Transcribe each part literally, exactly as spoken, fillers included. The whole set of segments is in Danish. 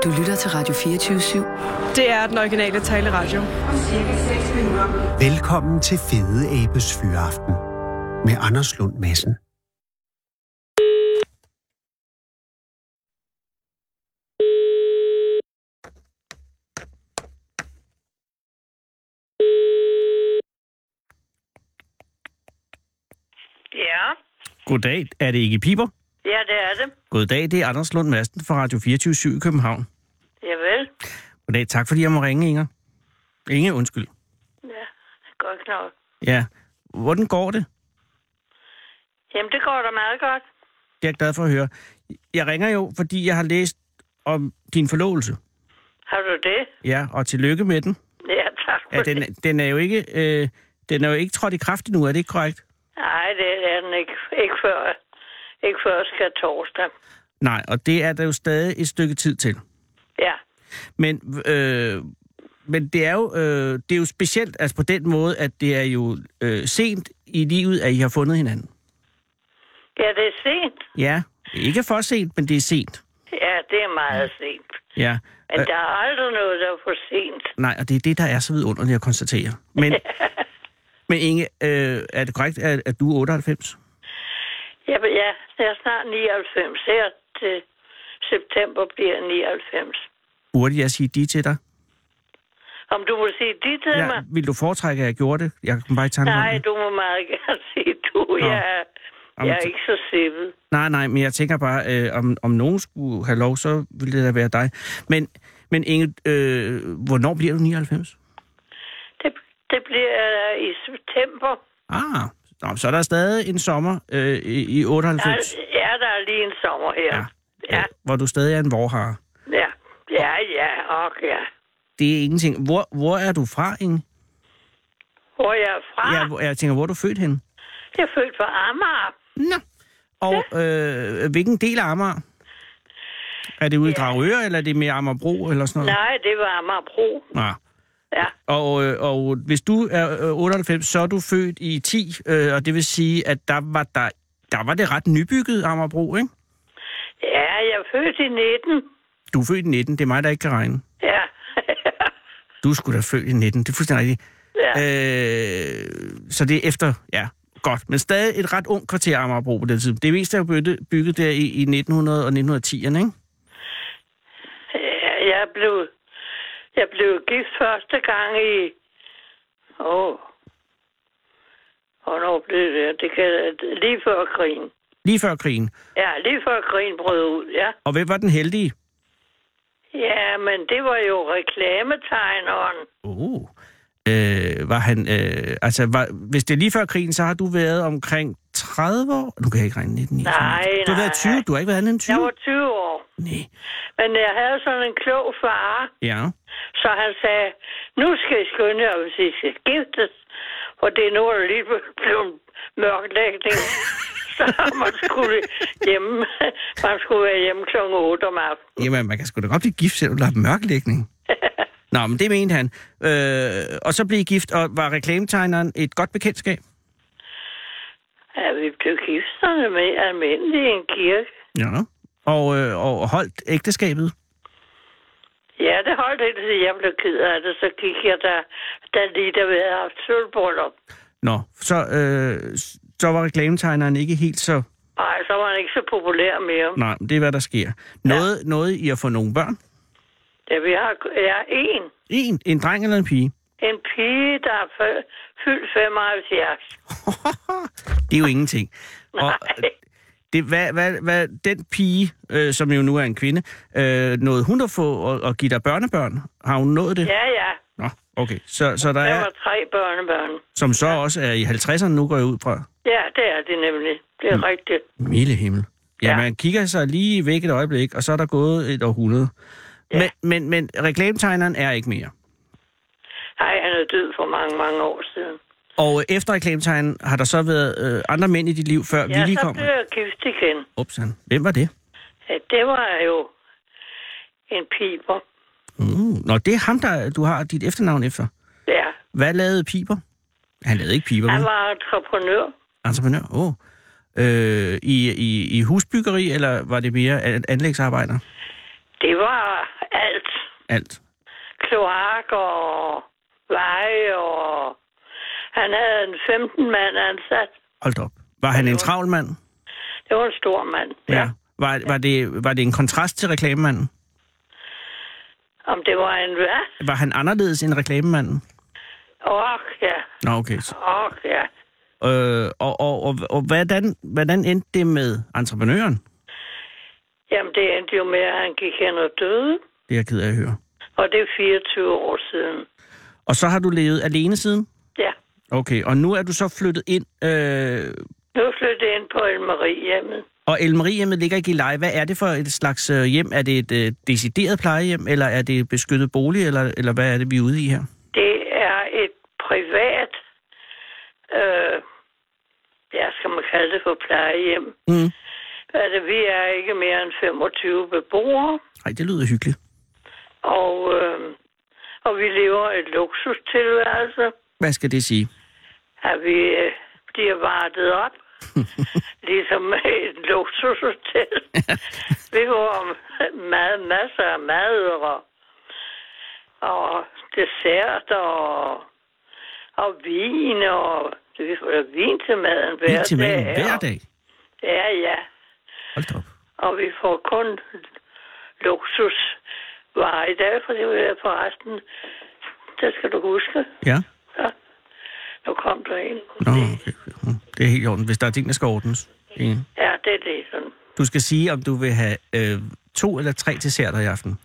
Du lytter til Radio fireogtyve syv. Det er den originale taleradio. Velkommen til Fede Abes Fyraften med Anders Lund Madsen. Ja. Goddag. Er det ikke Piber? Ja, det er det. Goddag, det er Anders Lund Madsen fra Radio fireogtyve syv i København. Javel. Goddag, tak fordi jeg må ringe, Inger. Inge, undskyld. Ja, godt nok. Ja. Hvordan går det? Jamen, det går da meget godt. Det er jeg glad for at høre. Jeg ringer jo, fordi jeg har læst om din forlovelse. Har du det? Ja, og tillykke med den. Ja, tak for Ja, den, det. den er jo ikke, øh, den er jo ikke trådt i kraft endnu, er det ikke korrekt? Nej, det er den ikke, ikke før, ikke før skal torsdag. Nej, og det er der jo stadig et stykke tid til. Ja. Men, øh, men det er jo øh, det er jo specielt altså på den måde, at det er jo øh, sent i livet, at I har fundet hinanden. Ja, det er sent. Ja, ikke for sent, men det er sent. Ja, det er meget sent. Ja. Men der er aldrig noget, der er for sent. Nej, og det er det, der er så vidunderligt at konstatere. Men, men Inge, øh, er det korrekt, at, at du er otteoghalvfems? Ja, ja, det er snart nioghalvfems. Her til september bliver nioghalvfems. Burde jeg sige de til dig? Om du må sige de til Ja, mig? vil du foretrække, at jeg gjorde det? Jeg kan bare ikke tage Nej, du må meget gerne sige du. Jeg er, jeg er ikke så sippet. Nej, nej, men jeg tænker bare, øh, om, om nogen skulle have lov, så ville det da være dig. Men, men Inge, øh, hvornår bliver du nioghalvfems? Det, det bliver uh, i september. Ah, nå, så er der stadig en sommer øh, i, i otteoghalvfems. Der, ja, der er lige en sommer her. Ja. Ja, Hvor du stadig er en vorhare. ja, ja, ja, og ja. Det er ingenting. Hvor, hvor er du fra, Inge? Hvor jeg er fra? Ja, hvor, jeg tænker, hvor er du født henne? Jeg er født på Amager. Nå. Og øh, hvilken del af Amager? Er det ude i Ja. Dragør, eller er det mere Amagerbro, eller sådan noget? Nej, det var Amagerbro. Nej. Ja, Og, øh, og hvis du er øh, otteoghalvfems, så er du født i ti, øh, og det vil sige, at der var, der, der var det ret nybygget Amagerbro, ikke? ja, jeg er født i nitten. Du er født i nitten, det er mig, der ikke kan regne. Ja. Du skulle da født i nitten, det er fuldstændig rigtigt. Ja. Øh, så det er efter, ja, godt. Men stadig et ret ung kvarter Amagerbro på den tid. Det meste er jo bygget, bygget der i, i nitten hundrede og nitten tierne, ikke? Ja, jeg blev, jeg blev gift første gang i... Åh... Hvornår blev det? Det kan, lige før krigen. Lige før krigen. Ja, lige før krigen brød ud, ja. Og hvem var den heldige? Ja, men det var jo reklametegneren. Uh. Øh, var han, øh, altså, var, hvis det er lige før krigen, så har du været omkring tredive år? Nu kan jeg ikke regne nitten. Nej, Du har været tyve, nej. du har ikke været andet end tyve? Jeg var tyve år. Nej. Men jeg havde sådan en klog far, Ja. så han sagde, nu skal I skynde jer, hvis I skal giftes, for det er nu, der lige blevet mørklægning. Så man skulle hjemme, man skulle være hjemme klokken otte om aftenen. Jamen, man kan sgu da godt blive gift, selvom der er mørklægning. Nå, men det mente han. Øh, og så blev I gift, og var reklametegneren et godt bekendtskab? Ja, vi blev gift sådan med almindelig i en kirke. Ja. Og, øh, og holdt ægteskabet? Ja, det holdt ikke, til jeg blev ked af det. Så gik jeg der, der lige der ved at have sølvbryllup. Nå, så, øh, så var reklametegneren ikke helt så... Nej, så var han ikke så populær mere. Nej, det er, hvad der sker. Noget, ja. noget I at få nogle børn? Ja, vi har ja, en. En? En dreng eller en pige? En pige, der er fø- fyldt femoghalvfjerds. Det er jo ingenting. Og Nej. det, hvad, hvad, hvad, den pige, øh, som jo nu er en kvinde, øh, nåede hun at få og, og give dig børnebørn? Har hun nået det? Ja, ja. Nå, okay. Så, så der Der er, var tre børnebørn. som så også er i halvtredserne nu, går jeg ud fra. Ja, det er det nemlig. Det er mm. rigtigt. Milde himmel. Ja, Ja. man kigger sig lige væk et øjeblik, og så er der gået et århundrede. Ja. Men, men, men reklametegneren er ikke mere. Nej, han er død for mange, mange år siden. Og efter reklametegneren har der så været øh, andre mænd i dit liv, før Ja, Willy så kom? blev jeg gift igen. Upsan. Hvem var det? Ja, det var jo en piber. Uh, nå, det er ham, der du har dit efternavn efter. Ja, Hvad lavede Piber? Han lavede ikke Piber, han vel? var entreprenør. Entreprenør? Åh. Oh. Øh, i, i, I husbyggeri, eller var det mere an- anlægsarbejder? Det var alt. Alt. Kloak og veje, og han havde en femten mand ansat. Hold op. Var han en travl mand? Det var en stor mand, ja. ja. Var, var, det, var det en kontrast til reklamemanden? Om det var en hvad? Var han anderledes end reklamemanden? Åh, ja. Nå, okay. Åh, ja. Øh, og og, og, og hvordan, hvordan endte det med entreprenøren? Jamen, det endte jo med, at han gik hen og døde. Det er jeg ked af at høre. Og det er fireogtyve år siden. Og så har du levet alene siden? Ja. Okay, og nu er du så flyttet ind... Øh... Nu er flyttet ind på Elmeriehjemmet. Og Elmeriehjemmet ligger i Gilleleje. Hvad er det for et slags øh, hjem? Er det et øh, decideret plejehjem, eller er det et beskyttet bolig, eller, eller hvad er det, vi er ude i her? Det er et privat... Øh, ja, skal man kalde det for plejehjem. Mm. Altså, vi er ikke mere end femogtyve beboere. Nej, det lyder hyggeligt. Og, øh, og vi lever et luksustilværelse. Hvad skal det sige? At vi øh, bliver vartet op. Ligesom et luksushotel. Vi får mad, masser af mad og, og dessert og, og vin. Og vi får vin til maden hver Vin til maden dag. hver dag? Ja, ja. Hold op. Og vi får kun luksusvarer i dag, for det er forresten, det skal du huske. Ja. Ja. Nu kom der en. Nå, okay. Det er helt i orden, hvis der er ting, der skal ordnes. Ingen. Ja, det er det sådan. Du skal sige, om du vil have øh, to eller tre desserter i aften.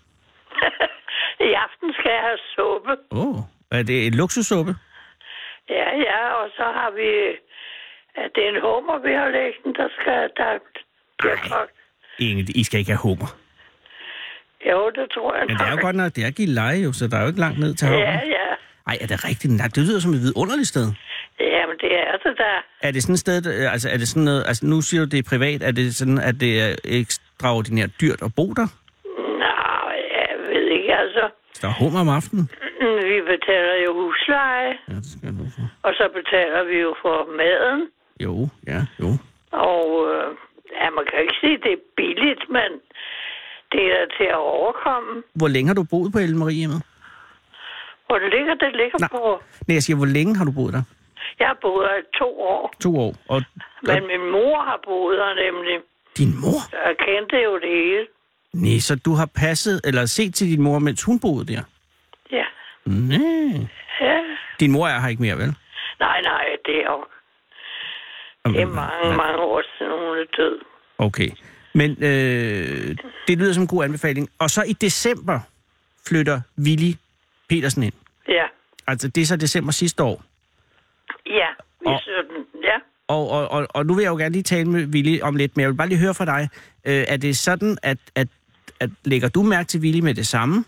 I aften skal jeg have suppe. Åh, oh, er det en luksussuppe? Ja, ja, og så har vi, at det er en hummer, vi har læggen, der skal, der bliver kogt. Ingen, I skal ikke have hummer. Jo, det tror jeg. Men det er jo godt nok, det er Gilleleje jo, så der er jo ikke langt ned til hummer. Ja, ja. Ej, er det rigtigt? Nej, det lyder som et vidunderligt sted. Jamen, det er det der. Er det sådan et sted, der- altså er det sådan noget, altså nu siger du, det er privat, er det sådan, at det er ekstraordinært dyrt at bo der? Nå, jeg ved ikke, altså. Så der er hummer om aftenen? Vi betaler jo husleje, Ja, det skal du få. og så betaler vi jo for maden. Jo, ja, jo. Og øh, ja, man kan ikke sige, at det er billigt, men det er til at overkomme. Hvor længe har du boet på Elmeriehjemmet? Hvor det ligger, det ligger Nej. på. Nej, jeg siger, hvor længe har du boet der? Jeg har boet her i to år, To år. Og, men og min mor har boet her nemlig. din mor? Jeg kendte jo det hele. Nej, så du har passet, eller set til din mor, mens hun boede der? Ja. Nej. Ja. Din mor er her ikke mere, vel? Nej, nej, det er jo det er mange, mange år siden, hun er død. Okay. Men øh, det lyder som en god anbefaling. Og så i december flytter Willy Petersen ind. Ja. Altså, det er så december sidste år. Ja, vi Og- sytten. Ja. Og, og, og, og nu vil jeg jo gerne lige tale med Willy om lidt, men jeg vil bare lige høre fra dig. Øh, er det sådan, at, at, at lægger du mærke til Willy med det samme?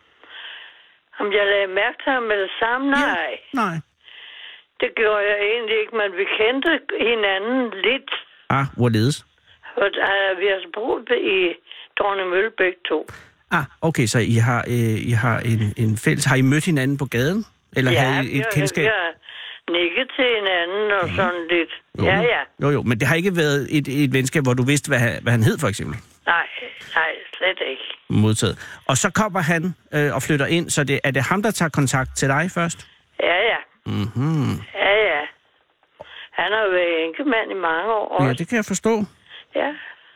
Om jeg lagde mærke til ham med det samme? Nej. Nej. Det gjorde jeg egentlig ikke, men vi kendte hinanden lidt. Ah, hvorledes? Og uh, vi har boet i Dronningemølle begge to. Ah, okay, så I har, øh, I har en, en fælles... Har I mødt hinanden på gaden? Eller Ja, havde I vi et har, kendskab? vi har nikket til hinanden og sådan lidt. Jo, Ja, ja. Jo, jo, men det har ikke været et, et venskab, hvor du vidste, hvad han, hvad han hed, for eksempel? Nej, nej, slet ikke. Modtaget. Og så kommer han øh, og flytter ind, så det, er det ham, der tager kontakt til dig først? Ja, ja. Mhm. Ja, ja. Han har jo været enkemand i mange år. Ja, Også. det kan jeg forstå. Ja.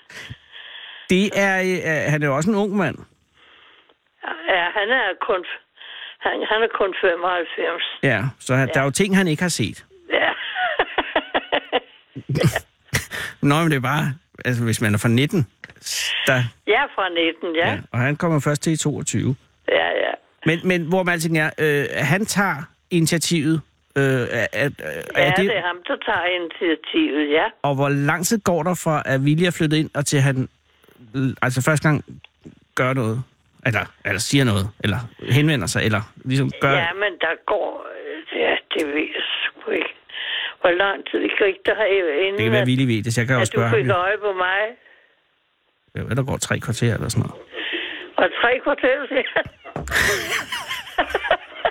Det er, øh, han er jo også en ung mand. Ja, han er kun, han, han er kun femoghalvfems. Ja, så ja. Der er jo ting, han ikke har set. Ja. Nå, men det er bare, altså hvis man er fra nitten, der, Jeg er fra nitten, ja. ja, og han kommer først til i toogtyve. Ja, ja. Men, men hvor man alting er, øh, han tager initiativet. Øh, er, er, er Ja, det, det er ham, der tager initiativet, ja. Og hvor lang tid går der fra, at Willy er flyttet ind, og til han øh, altså første gang gør noget? Eller, eller siger noget? Eller henvender sig? Eller ligesom gør... Ja, men der går... Ja, det ved jeg sgu ikke. Hvor lang tid gik der inden, Det kan være, at, Willy ved det, så jeg kan også at du spørge fik ham. øje på mig. Ja, hvad der går tre kvarter eller sådan noget. Og tre kvarter, siger jeg.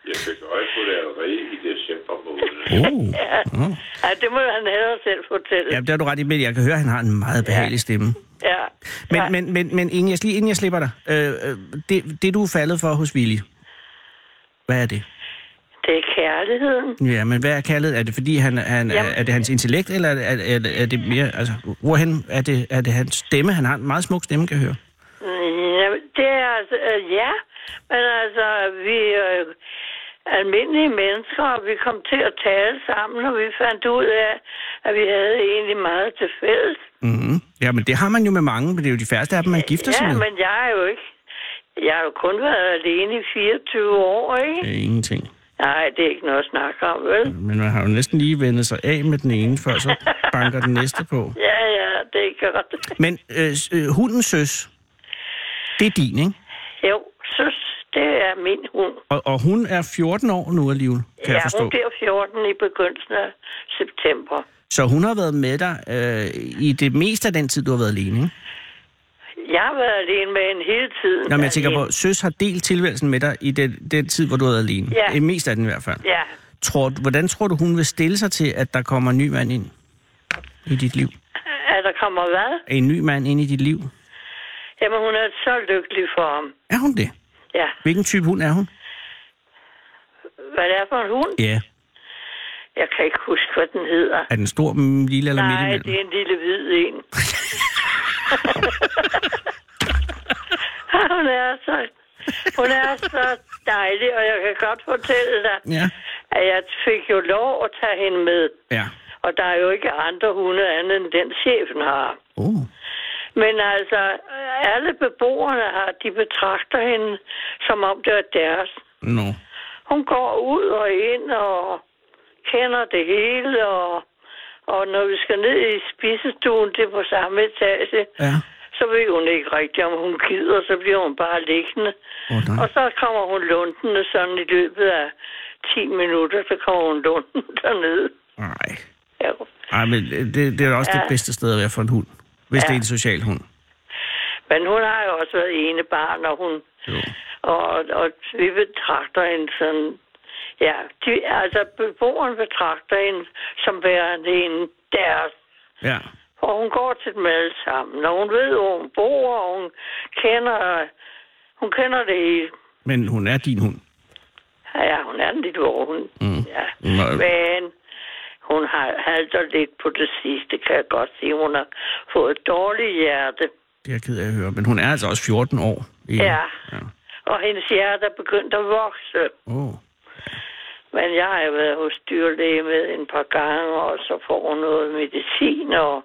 Jeg fik øje på det allerede i december måned. Oh. Ja. Oh. Ja, det må han hellere selv fortælle. Ja, det er du ret i, men jeg kan høre, at han har en meget behagelig stemme. Ja. Men, ja. men, men, men Inge, jeg skal lige, inden jeg slipper dig, øh, øh, det, det du er faldet for hos Willy, hvad er det? Det er kærligheden. Ja, men hvad er kærlighed? Er det fordi, han, han, er, er det hans intellekt, eller er, er, er, er det mere, altså, hvorhen er det, er det hans stemme? Han har en meget smuk stemme, kan jeg høre. Ja, det er altså, øh, ja, men altså, vi er øh, almindelige mennesker, og vi kom til at tale sammen, og vi fandt ud af, at vi havde egentlig meget til fælles. Mm-hmm. Ja, men det har man jo med mange, men det er jo de færreste af dem, man gifter sig Ja, med. men jeg er jo ikke, jeg har jo kun været alene i fireogtyve år, ikke? Det er ingenting. Nej, det er ikke noget at snakke om, vel? Men man har jo næsten lige vendt sig af med den ene, før så banker den næste på. Ja, ja, det er godt. Men øh, øh, hundens søs, det er din, ikke? Jo, søs, det er min hund. Og, og hun er fjorten år nu alligevel, kan Ja, jeg forstå. hun bliver fjorten i begyndelsen af september. Så hun har været med dig øh, i det meste af den tid, du har været alene, ikke? Jeg har været alene med hende hele tiden. Nå, men jeg tænker på, søs har delt tilværelsen med dig i den, den tid, hvor du har været alene. Ja. I mest af den i hvert fald. Ja. Tror, du- hvordan tror du, hun vil stille sig til, at der kommer en ny mand ind i dit liv? Er der kommer hvad? En ny mand ind i dit liv? Jamen, hun er så lykkelig for ham. Er hun det? Ja. Hvilken type hund er hun? Hvad det er for en hund? Ja. Jeg kan ikke huske, hvad den hedder. Er den stor, mm, lille eller midt Nej, imellem? det er en lille hvid en. hun er så... Hun er så dejlig, og jeg kan godt fortælle dig, Ja. at jeg fik jo lov at tage hende med. Ja. Og der er jo ikke andre hunde andet end den chefen har. Oh. Men altså, alle beboerne har, de betragter hende, som om det er deres. No. Hun går ud og ind og kender det hele, og, og når vi skal ned i spisestuen, det er på samme etage, Ja. så ved hun ikke rigtigt, om hun gider, så bliver hun bare liggende. Oh, nej. Og så kommer hun lundende sådan i løbet af ti minutter, så kommer hun lundende dernede. Nej. Ja. Ej, men det, det er også ja. Ja. det bedste sted at være for en hund. Hvis ja. Ja. det er en social hund. Men hun har jo også været ene barn, og hun... Jo. Og, og vi betragter hende sådan... Ja, de, altså beboeren betragter hende som værende en deres. Ja. Og hun går til dem alle sammen, og hun ved, hvor hun bor, og hun kender, hun kender det hele. Men hun er din hund. Ja, hun er en lille hund. Mm. Ja. Nå. Men hun har halter lidt på det sidste, kan jeg godt sige. Hun har fået et dårligt hjerte. Det er jeg ked af at høre. Men hun er altså også fjorten år. Ikke? Ja. Ja. Og hendes hjerte er begyndt at vokse. Oh. Men jeg har jo været hos dyrlæge med en par gange, og så får hun noget medicin, og,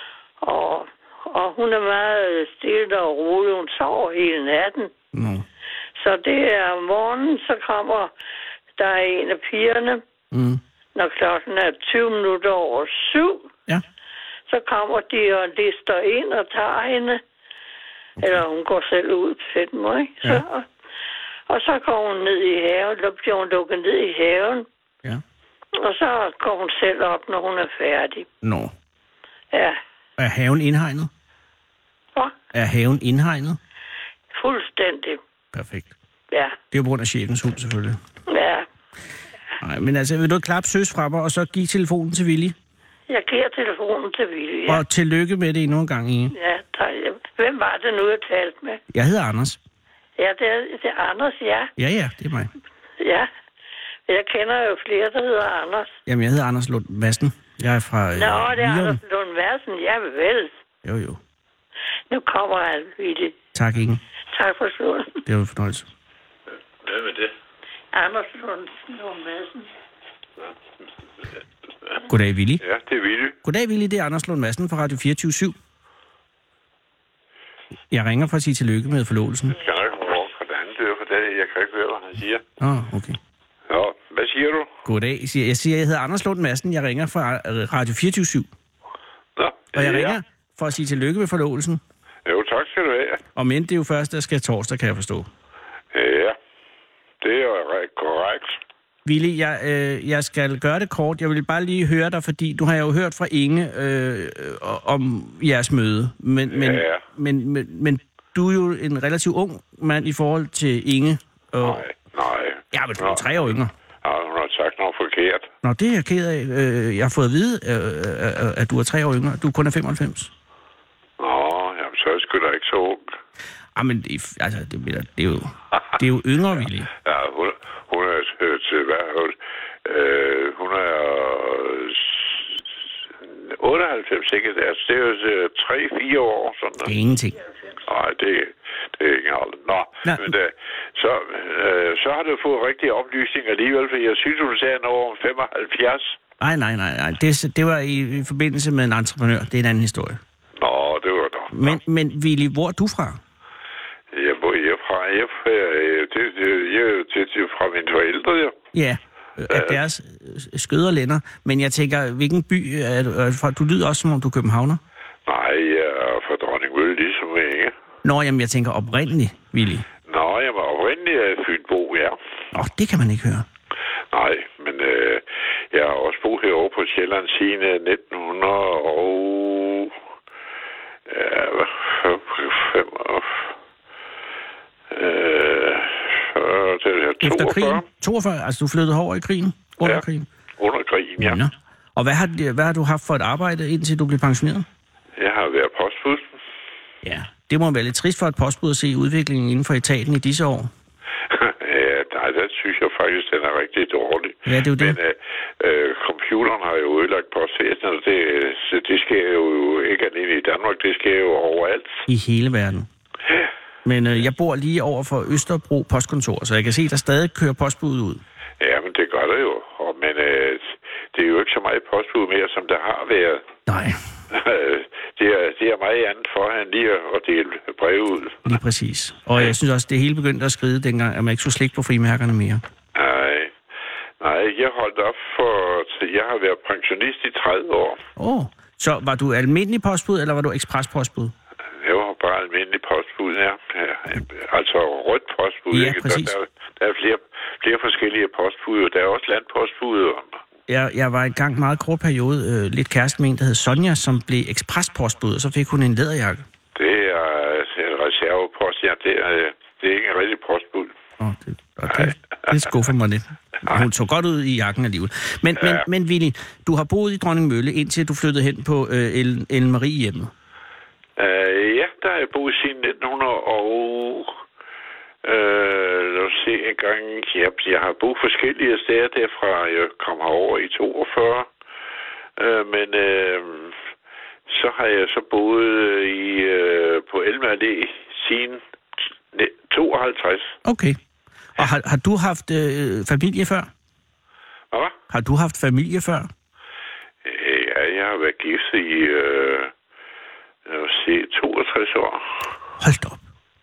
og, og hun er meget stille og rolig. Hun sover hele natten. No. Så det er om morgenen, så kommer der en af pigerne, Mm. når klokken er tyve minutter over syv. Ja. Så kommer de og lister ind og tager hende. Okay. Eller hun går selv ud til dem, ikke? Så, Ja. og, og så går hun ned i haven, så bliver hun lukket ned i haven. Ja. Og så går hun selv op, når hun er færdig. Nå. Ja. Er haven indhegnet? Hvad? Er haven indhegnet? Fuldstændig. Perfekt. Ja. Det er jo på grund af chefens hund, selvfølgelig. Ja. Nej, men altså, vil du klappe søs fra mig, og så give telefonen til Willy? Jeg giver telefonen til Willy. Ja. Og tillykke med det endnu en gang, Inge. Ja, tak. Hvem var det nu, jeg talte med? Jeg hedder Anders. Ja, det er, det er Anders, ja. Ja, ja, det er mig. Ja. Jeg kender jo flere, der hedder Anders. Jamen, jeg hedder Anders Lund Madsen. Jeg er fra... Øh, Nå, det er Virum. Anders Lund Madsen. Ja, vel. Jo, jo. Nu kommer han, Willy. Tak, Inge. Tak for stunden. Det var en fornøjelse. Hvad med det? Anders Lund, Lund Madsen. Goddag, Willy. Ja, det er Willy. Goddag, Willy. Det er Anders Lund Madsen fra Radio fireogtyve syv. Jeg ringer for at sige tillykke med forlovelsen. Jeg kan ikke høre, hvordan det er, for det. Jeg kan ikke høre, hvad han siger. Åh, oh, okay. Ja, hvad siger du? Goddag. Jeg siger, jeg siger, jeg hedder Anders Lund Madsen. Jeg ringer fra Radio fireogtyve syv. Nå, Og jeg ja. ringer for at sige tillykke med forlovelsen. Jo, tak skal du have. Og men det er jo først, der skal torsdag, kan jeg forstå. Ja, det er jo rigtig korrekt. Willy, jeg, øh, jeg skal gøre det kort. Jeg vil bare lige høre dig, fordi du har jo hørt fra Inge øh, om jeres møde. Men, men, Ja. men, men, men du er jo en relativt ung mand i forhold til Inge. Og, Nej, nej. Ja, men du er tre år yngre. Ja, hun har sagt noget forkert. Nå, det er jeg ked af. Øh, jeg har fået at vide, øh, at du er tre år yngre. Du kun er femoghalvfems. Nå, jamen, så er jeg sgu da ikke så ung. Ah, men det, altså, det, det, er jo, det er jo yngre, Willy. Ja, hun, hun er til hvad? Øh, hun er otteoghalvfems, ikke? Altså, det er jo tre fire år. Sådan det er ingenting. Nej, det, det er ikke alt. Nå, Nej. men da, så, øh, så har du fået rigtige oplysninger alligevel, for jeg synes, du sagde noget om femoghalvfjerds. Nej, nej, nej, nej. Det, det var i, i forbindelse med en entreprenør. Det er en anden historie. Nå, det var da. Men, men Willy, hvor er du fra? Jeg bor hjemmefra. Jeg, det, det, jeg, det, det er fra mine forældre, ja. Ja, af ja. deres skøder lænder. Men jeg tænker, hvilken by er du fra? Du lyder også, som om du er københavner. Nej, jeg er fra Dronningmølle, ligesom ikke. Nå, jamen, jeg tænker oprindeligt, Willy. Nå, jamen, oprindeligt er Fynbo, ja. Nå, det kan man ikke høre. Nej, men øh, jeg har også boet herovre på Sjælland siden nitten hundrede og... Ja, fem og... Øh, det er toogfyrre. Efter krigen? toogfyrre? Altså, du flyttede over i krigen? Under ja, krigen? under krigen, ja. ja. Og hvad har, hvad har du haft for et arbejde, indtil du blev pensioneret? Jeg har været postbud. Ja, det må være lidt trist for et postbud at se udviklingen inden for etaten i disse år. Ja, nej, det synes jeg faktisk, den er rigtig dårlig. Ja, det er jo det. Men øh, øh, computeren har jo ødelagt postvæsenet, og det, det sker jo ikke alene i Danmark, det sker jo overalt. I hele verden. Ja. Men øh, jeg bor lige over for Østerbro postkontor, så jeg kan se, at der stadig kører postbud ud. Ja, men det gør det jo. Og, men øh, det er jo ikke så meget postbud mere, som der har været. Nej. det, er, det er meget andet for, end lige at dele breve ud. Lige præcis. Og jeg synes også, det hele begyndte at skride dengang, at man ikke skulle slikke på frimærkerne mere. Nej. Nej, jeg holdt op for... Jeg har været pensionist i tredive år. Åh, oh. Så var du almindelig postbud, eller var du eksprespostbud? Jeg var bare almindelig postbud, ja. ja. Altså rødt postbud, ja, ikke? Præcis. Der, der, der er flere, flere forskellige postbud, der er også landpostbud. Jeg, jeg var engang en meget kort periode øh, lidt kæreste med en, der hed Sonja, som blev eksprespostbud, og så fik hun en læderjakke. Det er en reservepost, ja. Det er, det er ikke en rigtig postbud. Oh, det, okay. Det skuffer mig lidt. Hun så godt ud i jakken alligevel. Men, ja. men, men Willy, du har boet i Dronningmølle, indtil du flyttede hen på øh, Ellen Marie hjemmet. Uh, ja, der har jeg boet siden nitten hundrede og... Uh, lad os se en gang... Ja, jeg har boet forskellige steder derfra. Jeg kom herover i toogfyrre. Uh, men uh, så har jeg så boet i, uh, på Elme Allé siden tooghalvtreds. Okay. Og har, har du haft øh, familie før? Hvad? Har du haft familie før? Uh, ja, jeg har været gift i... Uh, lad os se, toogtres år. Hold op.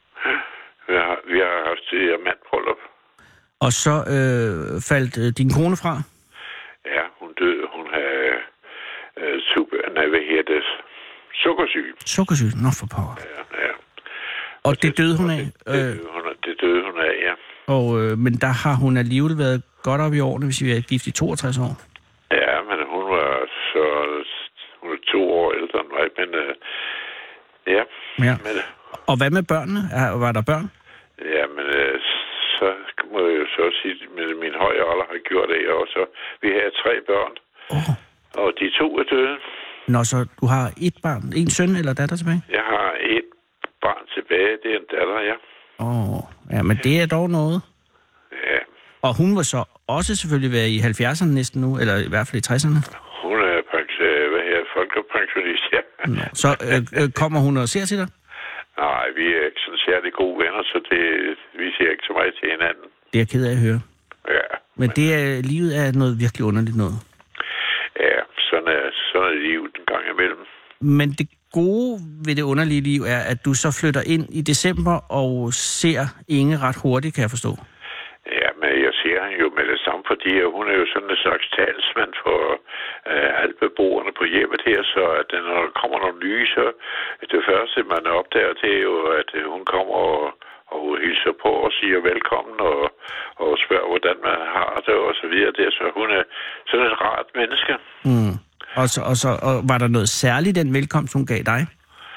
Vi har, vi har haft diamantbryllup. Og så øh, faldt øh, din kone fra? Ja, hun døde. Hun havde øh, super, nej, hvad her det? Sukkersyge. Sukkersyge? Nå, for pokker. Ja, ja. Og, og det, det døde hun af? Det, det, døde hun, det døde hun af, ja. Og, øh, men der har hun alligevel været godt op i årene, hvis vi er gift i toogtres år? Ja, men hun var så... Hun er to år ældre end mig, men... Øh, ja. ja. Men, og hvad med børnene? Var der børn? Ja, men øh, så må jeg jo så sige, at min høje alder har gjort det, og så vi har tre børn, oh. og de to er døde. Nå, så du har et barn, en søn eller datter tilbage? Jeg har et barn tilbage, det er en datter, ja. Åh, oh. ja, men det er dog noget. Ja. Og hun var så også selvfølgelig været i halvfjerdserne næsten nu, eller i hvert fald i tresserne? Hun er hvad her, folkepensionist, ja. Nå, så øh, øh, kommer hun og ser til dig? Nej, vi er ikke sådan særlig gode venner, så det, vi ser ikke så meget til hinanden. Det er jeg ked af at høre. Ja. Men, men det er, livet er noget virkelig underligt noget. Ja, sådan er, sådan er livet en gang imellem. Men det gode ved det underlige liv er, at du så flytter ind i december og ser Inge ret hurtigt, kan jeg forstå. Ja, men jeg ser hende jo med det samme, fordi hun er jo sådan en slags talsmand for øh, alle beboerne på hjemmet her, så at når der kommer nogle nye, så det første, man opdager, det er jo, at hun kommer og, og hilser på og siger velkommen og, og spørger, hvordan man har det og så videre. Det, så hun er sådan et rart menneske. Mm. Og, så, og, så, og var der noget særligt den velkomst, hun gav dig?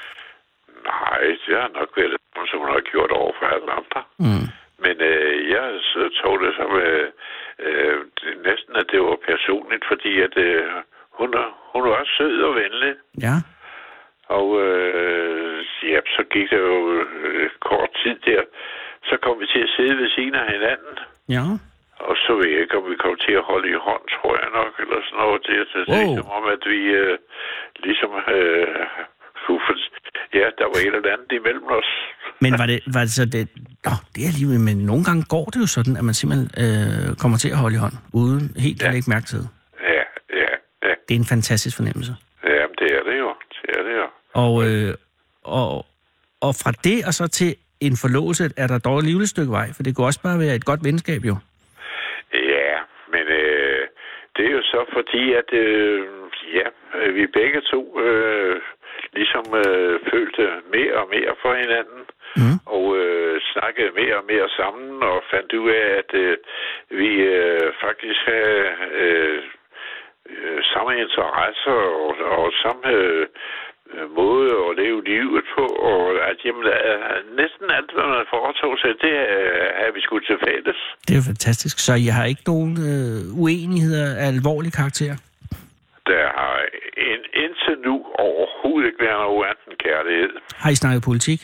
Nej, det har nok været det, som hun har gjort over for alle andre. Mm. Men øh, jeg så tog det som øh, øh, det, næsten, at det var personligt, fordi at øh, hun, hun var sød og venlig. Ja. Og øh, ja, så gik det jo øh, kort tid der. Så kom vi til at sidde ved siden af hinanden. Ja. Og så ved jeg ikke, om vi kom til at holde i hånd, tror jeg nok, eller sådan noget. Det er wow. Som om, at vi øh, ligesom øh, kunne få... Ja, der var et eller andet imellem os. Men var det, var det så det... Nå, det er alligevel, men nogle gange går det jo sådan, at man simpelthen øh, kommer til at holde i hånd, uden helt ja. at lægge mærke til det. Ja, ja, ja. Det er en fantastisk fornemmelse. Ja, det er det jo. Det er det jo. Og, øh, og, og fra det og så til en forlovelse er der dog alligevel et stykke vej, for det kunne også bare være et godt venskab jo. Ja, men øh, det er jo så fordi, at øh, ja, vi begge to øh, ligesom øh, følte mere og mere for hinanden, mm. og øh, snakkede mere og mere sammen, og fandt ud af, at øh, vi øh, faktisk havde øh, øh, samme interesser og, og samme øh, måde at leve livet på, og at jamen, næsten alt, hvad man foretog sig, det har vi sgu til fælles. Det er jo fantastisk. Så I har ikke nogen øh, uenigheder af alvorlig karakter? Der har en, indtil nu overhovedet ikke været noget andet kærlighed. Har I snakket politik?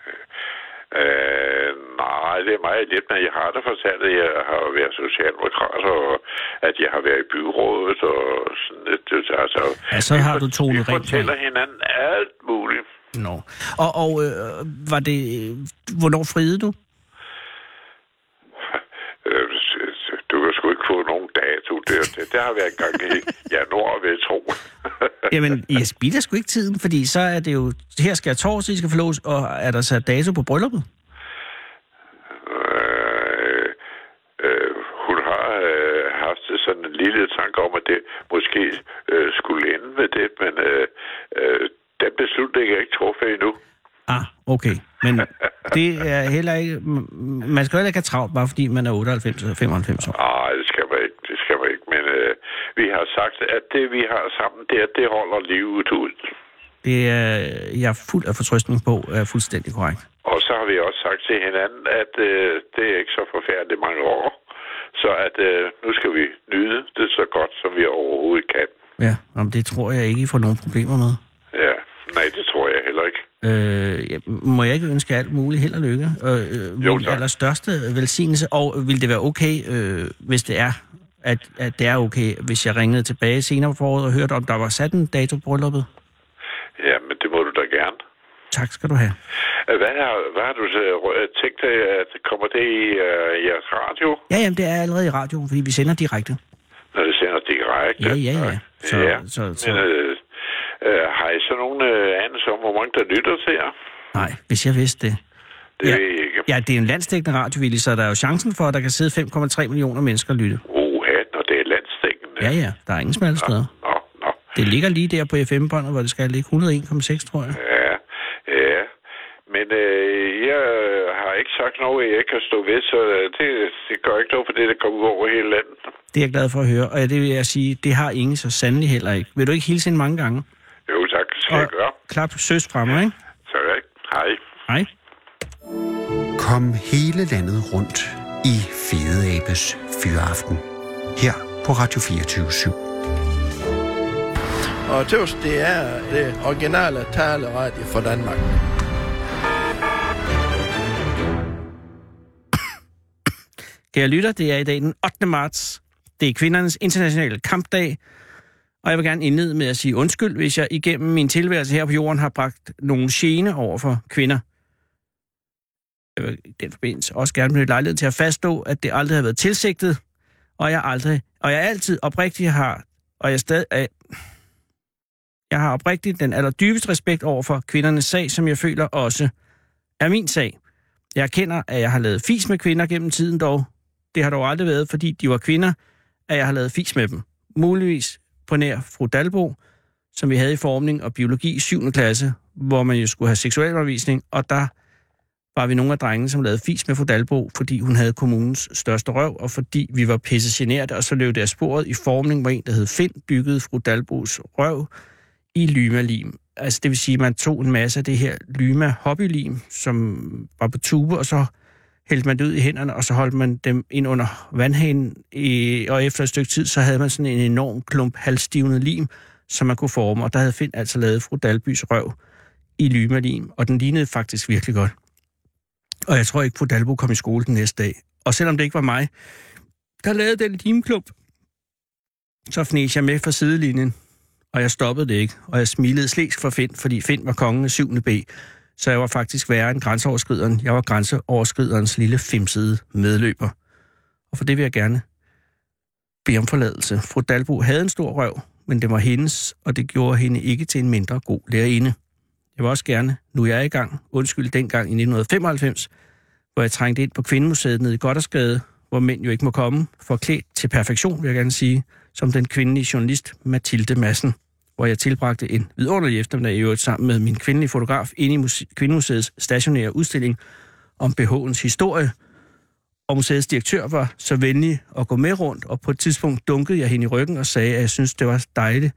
Øh, nej, det er meget lidt, men jeg har da fortalt, at jeg har været socialdemokrat, og at jeg har været i byrådet, og sådan lidt. Altså, ja, så har du tonet rent. Vi fortæller hinanden alt muligt. Nå. Og, og øh, var det... Hvornår friede du? Du kan sgu ikke få nogen dato. Det, det, det har været en gang i januar, vil jeg tro. Jamen, jeg spilder sgu ikke tiden, fordi så er det jo... Her skal jeg torsdag, I skal forlås, og er der sat dato på brylluppet? Øh, øh, hun har øh, haft sådan en lille tanke om, at det måske øh, skulle ende med det, men øh, øh, den beslutning er ikke truffet endnu. Ah, okay. Men det er heller ikke... Man skal heller ikke have travlt, bare fordi man er otteoghalvfems eller femoghalvfems år. Nej, det skal man ikke. Det skal man ikke. Men øh, vi har sagt, at det, vi har sammen der, det holder livet ud. Det er jeg er fuld af fortrøstning på, er fuldstændig korrekt. Og så har vi også sagt til hinanden, at øh, det er ikke så forfærdeligt mange år. Så at øh, nu skal vi nyde det så godt, som vi overhovedet kan. Ja, om det tror jeg ikke, I får nogen problemer med. Ja, nej, det tror jeg heller ikke. Øh, må jeg ikke ønske alt muligt held og lykke? Øh, jo, min allerstørste velsignelse, og vil det være okay, øh, hvis det er, at, at det er okay, hvis jeg ringede tilbage senere på foråret og hørte, om der var sat en dato på brylluppet? Ja, men det må du da gerne. Tak skal du have. Hvad har, hvad har du tænkt dig, at kommer det i uh, jeres radio? Ja, jamen, det er allerede i radioen, fordi vi sender direkte. Når det sender direkte? Ja, ja, ja. Så, ja. Så, så, men øh, øh, har I så nogen øh, anelse om, hvor mange der lytter til jer? Nej, hvis jeg vidste det. Det ja, ved jeg ikke. Ja, det er en landsdækkende radio, Willy, så der er jo chancen for, at der kan sidde fem komma tre millioner mennesker og lytte. Oha, når det er landsdækkende. Ja, ja, der er ingen smalle steder. Nå, nå. Det ligger lige der på F M-båndet, hvor det skal ligge et hundrede og en komma seks, tror jeg. Ja, ja. Men øh, jeg har ikke sagt noget, jeg ikke kan stå ved, så det, det gør ikke noget for det, der kommer ud over hele landet. Det er jeg glad for at høre, og det vil jeg sige, det har ingen så sandelig heller ikke. Vil du ikke hilse hende mange gange? Jo, tak. Det skal og jeg gøre. Klap søs fremme, ikke? Så er det. Hej. Hej. Kom hele landet rundt i Fede Abes Fyraften. Her på Radio fireogtyve syv. Og tøvs, det er det originale taleradio for Danmark. Kære lytter, det er i dag den ottende marts. Det er kvindernes internationale kampdag. Og jeg vil gerne indlede med at sige undskyld, hvis jeg igennem min tilværelse her på jorden har bragt nogle gene over for kvinder. Jeg vil i den forbindelse også gerne benytte lejlighed til at fastslå, at det aldrig har været tilsigtet, og jeg aldrig, og jeg altid oprigtigt har, og jeg stadig, øh, jeg har oprigtigt den allerdybeste respekt over for kvindernes sag, som jeg føler også er min sag. Jeg erkender, at jeg har lavet fis med kvinder gennem tiden dog. Det har dog aldrig været, fordi de var kvinder, at jeg har lavet fis med dem. Muligvis på nær fru Dalbo, som vi havde i formning og biologi i syvende klasse, hvor man jo skulle have seksualundervisning, og der var vi nogle af drengene, som lavede fis med fru Dalbo, fordi hun havde kommunens største røv, og fordi vi var pisse generte, og så løb det af sporet i formning, hvor en, der hed Finn, byggede fru Dalbos røv i Lyma-lim. Altså det vil sige, at man tog en masse af det her Lyma hobbylim, som var på tube, og så hældte man det ud i hænderne, og så holdt man dem ind under vandhanen, i, og efter et stykke tid, så havde man sådan en enorm klump halvstivnet lim, som man kunne forme, og der havde Finn altså lavet fru Dalbys røv i lymalim, og den lignede faktisk virkelig godt. Og jeg tror ikke, fru Dalbo kom i skole den næste dag. Og selvom det ikke var mig, der lavede den limklump, så fnæs jeg med fra sidelinjen, og jeg stoppede det ikke, og jeg smilede slæsk for Finn, fordi Finn var kongen af syvende B, så jeg var faktisk værre end grænseoverskrideren. Jeg var grænseoverskriderens lille femsede medløber. Og for det vil jeg gerne bede om forladelse. Fru Dalbo havde en stor røv, men det var hendes, og det gjorde hende ikke til en mindre god lærerinde. Jeg vil også gerne, nu jeg er i gang, undskyld dengang i nitten femoghalvfems, hvor jeg trængte ind på Kvindemuseet nede i Goddersgade, hvor mænd jo ikke må komme, forklædt til perfektion, vil jeg gerne sige, som den kvindelige journalist Mathilde Madsen, hvor jeg tilbragte en vidunderlig eftermiddag i øvrigt sammen med min kvindelige fotograf inde i muse- Kvindemuseets stationære udstilling om B H'ens historie. Og museets direktør var så venlig at gå med rundt, og på et tidspunkt dunkede jeg hende i ryggen og sagde, at jeg synes, det var dejligt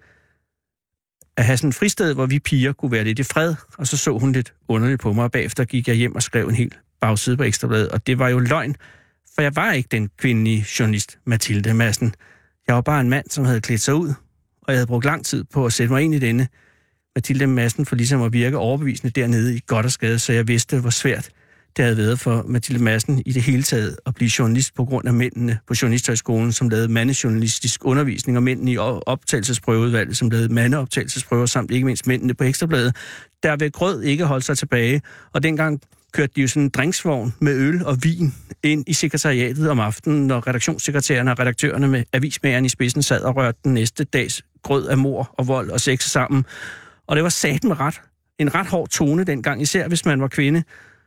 at have sådan et fristed, hvor vi piger kunne være lidt i fred. Og så så hun lidt underligt på mig, og bagefter gik jeg hjem og skrev en hel bagside på Ekstrabladet. Og det var jo løgn, for jeg var ikke den kvindelige journalist Mathilde Madsen. Jeg var bare en mand, som havde klædt sig ud, og jeg havde brugt lang tid på at sætte mig ind i denne Mathilde Madsen for ligesom at virke overbevisende dernede i Goddersgade, så jeg vidste, hvor svært det havde været for Mathilde Madsen i det hele taget at blive journalist på grund af mændene på Journalisthøjskolen, som lavede mandejournalistisk undervisning, og mændene i optagelsesprøveudvalget, som lavede mandeoptagelsesprøver, samt ikke mindst mændene på Ekstrabladet, der ved grød ikke holdt sig tilbage. Og dengang kørte de jo sådan en drinksvogn med øl og vin ind i sekretariatet om aftenen, når redaktionssekretærerne og redaktørerne med avismageren i spidsen sad og rørte den næste dags grød af mord og vold og sex sammen. Og det var sat med ret, en ret hård tone dengang, især hvis man var kvinde.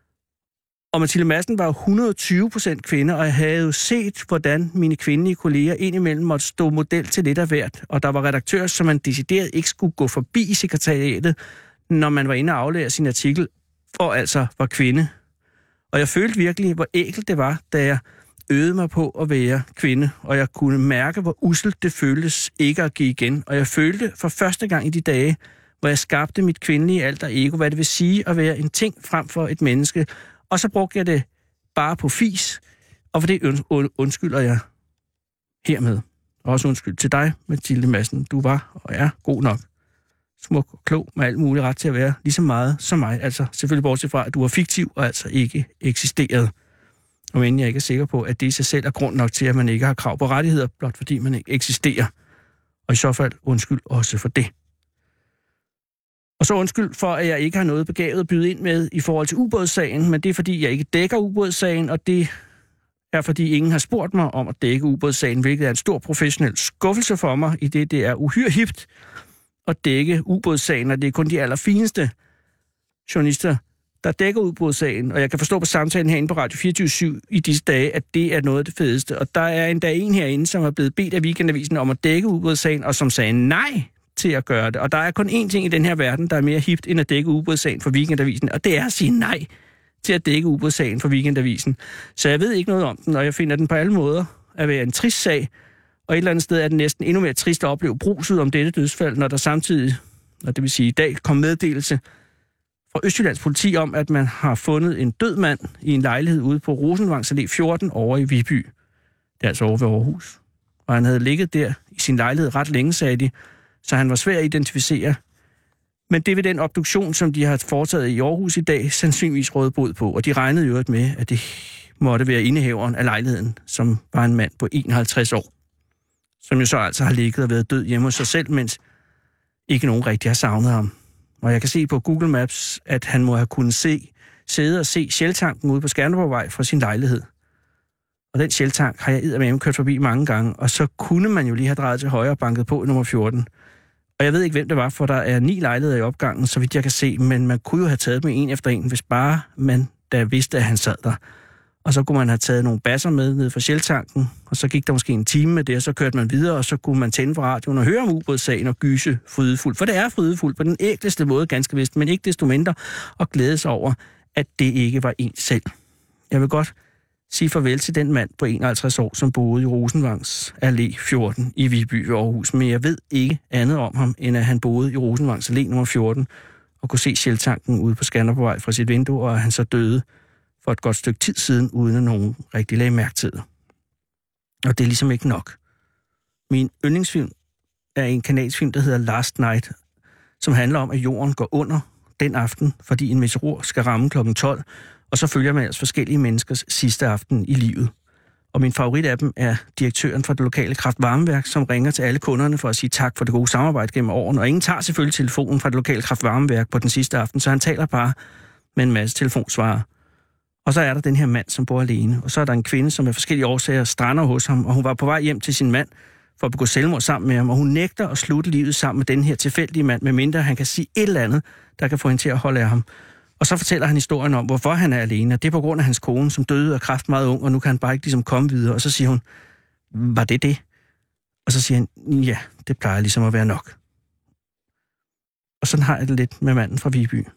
Og Mathilde Madsen var jo et hundrede og tyve procent kvinde, og jeg havde jo set, hvordan mine kvindelige kolleger indimellem måtte stå model til lidt af hvert. Og der var redaktører, som man decideret ikke skulle gå forbi i sekretariatet, når man var inde og aflære sin artikel, og altså var kvinde. Og jeg følte virkelig, hvor ækelt det var, da jeg øvede mig på at være kvinde, og jeg kunne mærke, hvor usselt det føltes ikke at give igen. Og jeg følte for første gang i de dage, hvor jeg skabte mit kvindelige alter ego, hvad det vil sige at være en ting frem for et menneske. Og så brugte jeg det bare på fis, og for det undskylder jeg hermed. Og også undskyld til dig, Mathilde Madsen. Du var og er god nok, smuk og klog, med alt muligt ret til at være lige så meget som mig. Altså selvfølgelig bortset fra, at du er fiktiv og altså ikke eksisteret. Og men jeg ikke er sikker på, at det i sig selv er grund nok til, at man ikke har krav på rettigheder, blot fordi man ikke eksisterer. Og i så fald undskyld også for det. Og så undskyld for, at jeg ikke har noget begavet at byde ind med i forhold til ubådssagen, men det er fordi, jeg ikke dækker ubådssagen, og det er fordi, ingen har spurgt mig om at dække ubådssagen, hvilket er en stor professionel skuffelse for mig, i det det er uhyre hipt at dække ubådssagen, og det er kun de allerfineste journalister, der dækker ubådssagen. Og jeg kan forstå på samtalen herinde på Radio fireogtyve syv i disse dage, at det er noget af det fedeste. Og der er endda en herinde, som er blevet bedt af Weekendavisen om at dække ubådssagen, og som sagde nej til at gøre det. Og der er kun én ting i den her verden, der er mere hipt end at dække ubådssagen for Weekendavisen, og det er at sige nej til at dække ubådssagen for Weekendavisen. Så jeg ved ikke noget om den, og jeg finder den på alle måder at være en trist sag, og et eller andet sted er det næsten endnu mere trist at opleve bruset om dette dødsfald, når der samtidig, og det vil sige i dag, kom meddelelse fra Østjyllands politi om, at man har fundet en død mand i en lejlighed ude på Rosenvangs Allé fjorten over i Viby. Det er altså over ved Aarhus. Og han havde ligget der i sin lejlighed ret længe, sagde de, så han var svær at identificere. Men det ved den obduktion, som de har foretaget i Aarhus i dag, sandsynligvis rådet bod på. Og de regnede jo med, at det måtte være indehaveren af lejligheden, som var en mand på enoghalvtreds år. Som jo så altså har ligget og været død hjemme hos sig selv, mens ikke nogen rigtig har savnet ham. Og jeg kan se på Google Maps, at han må have kunnet se, sidde og se Shell-tanken ude på Skanderborgvej fra sin lejlighed. Og den Shell-tank har jeg eddermame kørt forbi mange gange, og så kunne man jo lige have drejet til højre og banket på i nummer fjorten. Og jeg ved ikke, hvem det var, for der er ni lejligheder i opgangen, så vidt jeg kan se, men man kunne jo have taget dem en efter en, hvis bare man da vidste, at han sad der. Og så kunne man have taget nogle basser med ned fra Shell-tanken, og så gik der måske en time med det, og så kørte man videre, og så kunne man tænde for radioen og høre om ubådssagen og gyse frydefuldt. For det er frydefuldt på den ægleste måde, ganske vist, men ikke desto mindre, og glæde sig over, at det ikke var en selv. Jeg vil godt sige farvel til den mand på enoghalvtreds år, som boede i Rosenvangs Allé fjorten i Viby ved Aarhus, men jeg ved ikke andet om ham, end at han boede i Rosenvangs Allé nummer fjorten, og kunne se Shell-tanken ude på Skanderborgvej fra sit vindue, og at han så døde for et godt stykke tid siden, uden at nogen rigtig lagde mærke til det. Og det er ligesom ikke nok. Min yndlingsfilm er en kanadisk film, der hedder Last Night, som handler om, at jorden går under den aften, fordi en meteor skal ramme klokken tolv, og så følger man altså forskellige menneskers sidste aften i livet. Og min favorit af dem er direktøren fra det lokale kraftvarmeværk, som ringer til alle kunderne for at sige tak for det gode samarbejde gennem årene. Og ingen tager selvfølgelig telefonen fra det lokale kraftvarmeværk på den sidste aften, så han taler bare med en masse telefonsvarer. Og så er der den her mand, som bor alene. Og så er der en kvinde, som af forskellige årsager strander hos ham, og hun var på vej hjem til sin mand for at begå selvmord sammen med ham. Og hun nægter at slutte livet sammen med den her tilfældige mand, medmindre han kan sige et eller andet, der kan få hende til at holde af ham. Og så fortæller han historien om, hvorfor han er alene. Og det er på grund af hans kone, som døde af kræft meget ung, og nu kan han bare ikke ligesom komme videre. Og så siger hun, var det det? Og så siger han, ja, det plejer ligesom at være nok. Og sådan har jeg det lidt med manden fra Viby.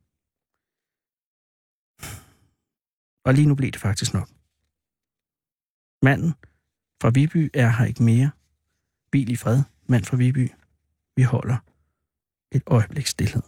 Og lige nu blev det faktisk nok. Manden fra Viby er her ikke mere. Hvil i fred, mand fra Viby. Vi holder et øjeblik stilhed.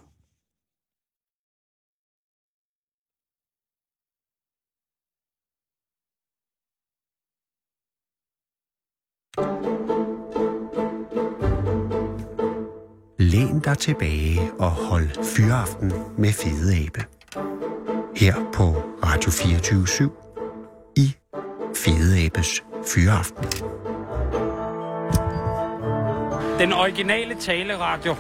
Læn dig tilbage og hold fyraften med Fede Abe. Her på Radio fireogtyve syv i Fede Abes Fyraften. Den originale taleradio.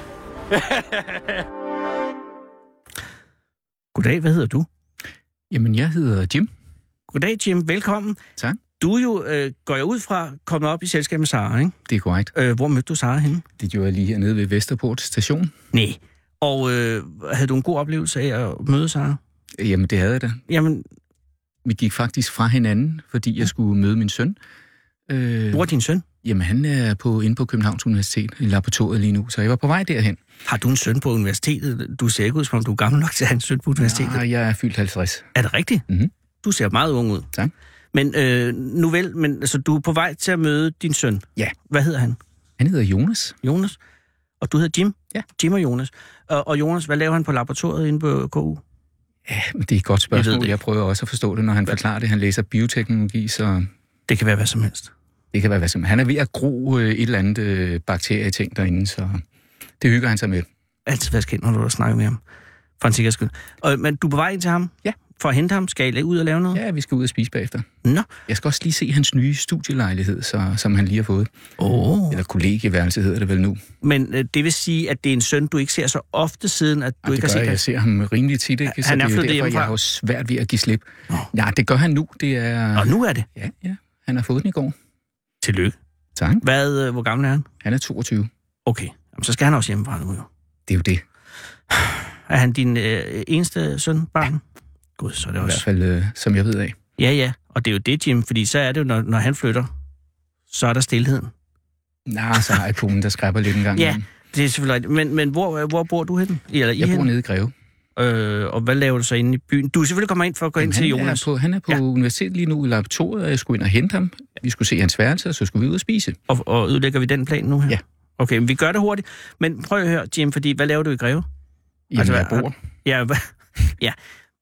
Goddag, hvad hedder du? Jamen, jeg hedder Jim. Goddag, Jim. Velkommen. Tak. Du er jo, øh, går jeg ud fra, kommet op i selskab med Sara, ikke? Det er korrekt. Øh, hvor mødte du Sara henne? Det gjorde jeg lige hernede ved Vesterport station. Nej. Og øh, havde du en god oplevelse af at møde Sara? Jamen, det havde jeg da. Jamen... Vi gik faktisk fra hinanden, fordi jeg skulle møde min søn. Øh, Hvor er din søn? Jamen, han er på, inde på Københavns Universitet i laboratoriet lige nu, så jeg var på vej derhen. Har du en søn på universitetet? Du ser ikke ud, som om du er gammel nok til at have en søn på universitetet. Nej, jeg er fyldt halvtreds. Er det rigtigt? Mm-hmm. Du ser meget ung ud. Tak. Men øh, nu vel, men altså, du er på vej til at møde din søn. Ja. Hvad hedder han? Han hedder Jonas. Jonas. Og du hedder Jim? Ja. Jim og Jonas. Og, og Jonas, hvad laver han på laboratoriet inde på K U? Ja, men det er et godt spørgsmål. Jeg, jeg prøver også at forstå det, når han forklarer det. Han læser bioteknologi, så... Det kan være hvad som helst. Det kan være hvad som helst. Han er ved at gro et eller andet bakterieting derinde, så det hygger han sig med. Altid været kendt, når du har snakket med ham. For en sikker skyld. Og, men du er på vej ind til ham? Ja. For at hente ham? Skal I ud og lave noget? Ja, vi skal ud og spise bagefter. Nå. Jeg skal også lige se hans nye studielejlighed, så, som han lige har fået. Oh. Eller kollegieværelse hedder det vel nu. Men øh, det vil sige, at det er en søn, du ikke ser så ofte siden, at du Ej, ikke har set jeg. jeg ser ham rimelig tit, ikke? Så han er det er flyttet derfor, hjemmefra. jeg har jo svært ved at give slip. Oh. Ja, det gør han nu. Det er... Og nu er det? Ja, ja. Han har fået den i går. Tillykke. Tak. Hvad, øh, hvor gammel er han? Han er toogtyve. Okay, jamen, så skal han også hjemmefra nu jo. Det er jo det. Er han din øh, eneste søn, barn? Ja. Gud, så er det også... I hvert fald, øh, som jeg ved af. Ja, ja. Og det er jo det, Jim, fordi så er det jo, når, når han flytter, så er der stilheden. Nej, så har jeg konen, der skræpper lidt en gang. Ja, det er selvfølgelig. Men, men hvor, hvor bor du hen? Eller jeg I bor hen? nede i Greve. Øh, og hvad laver du så inde i byen? Du er selvfølgelig kommer ind for at gå Jamen, ind til Jonas. Er på, han er på ja. universitetet lige nu i laboratoriet, og jeg skulle ind og hente ham. Vi skulle se hans værelse, og så skulle vi ud og spise. Og, og ødelægger vi den plan nu her? Ja. Okay, men vi gør det hurtigt. Men prøv at høre, Jim, fordi hvad laver du i Greve? Jamen, altså, jeg bor. Ja, ja.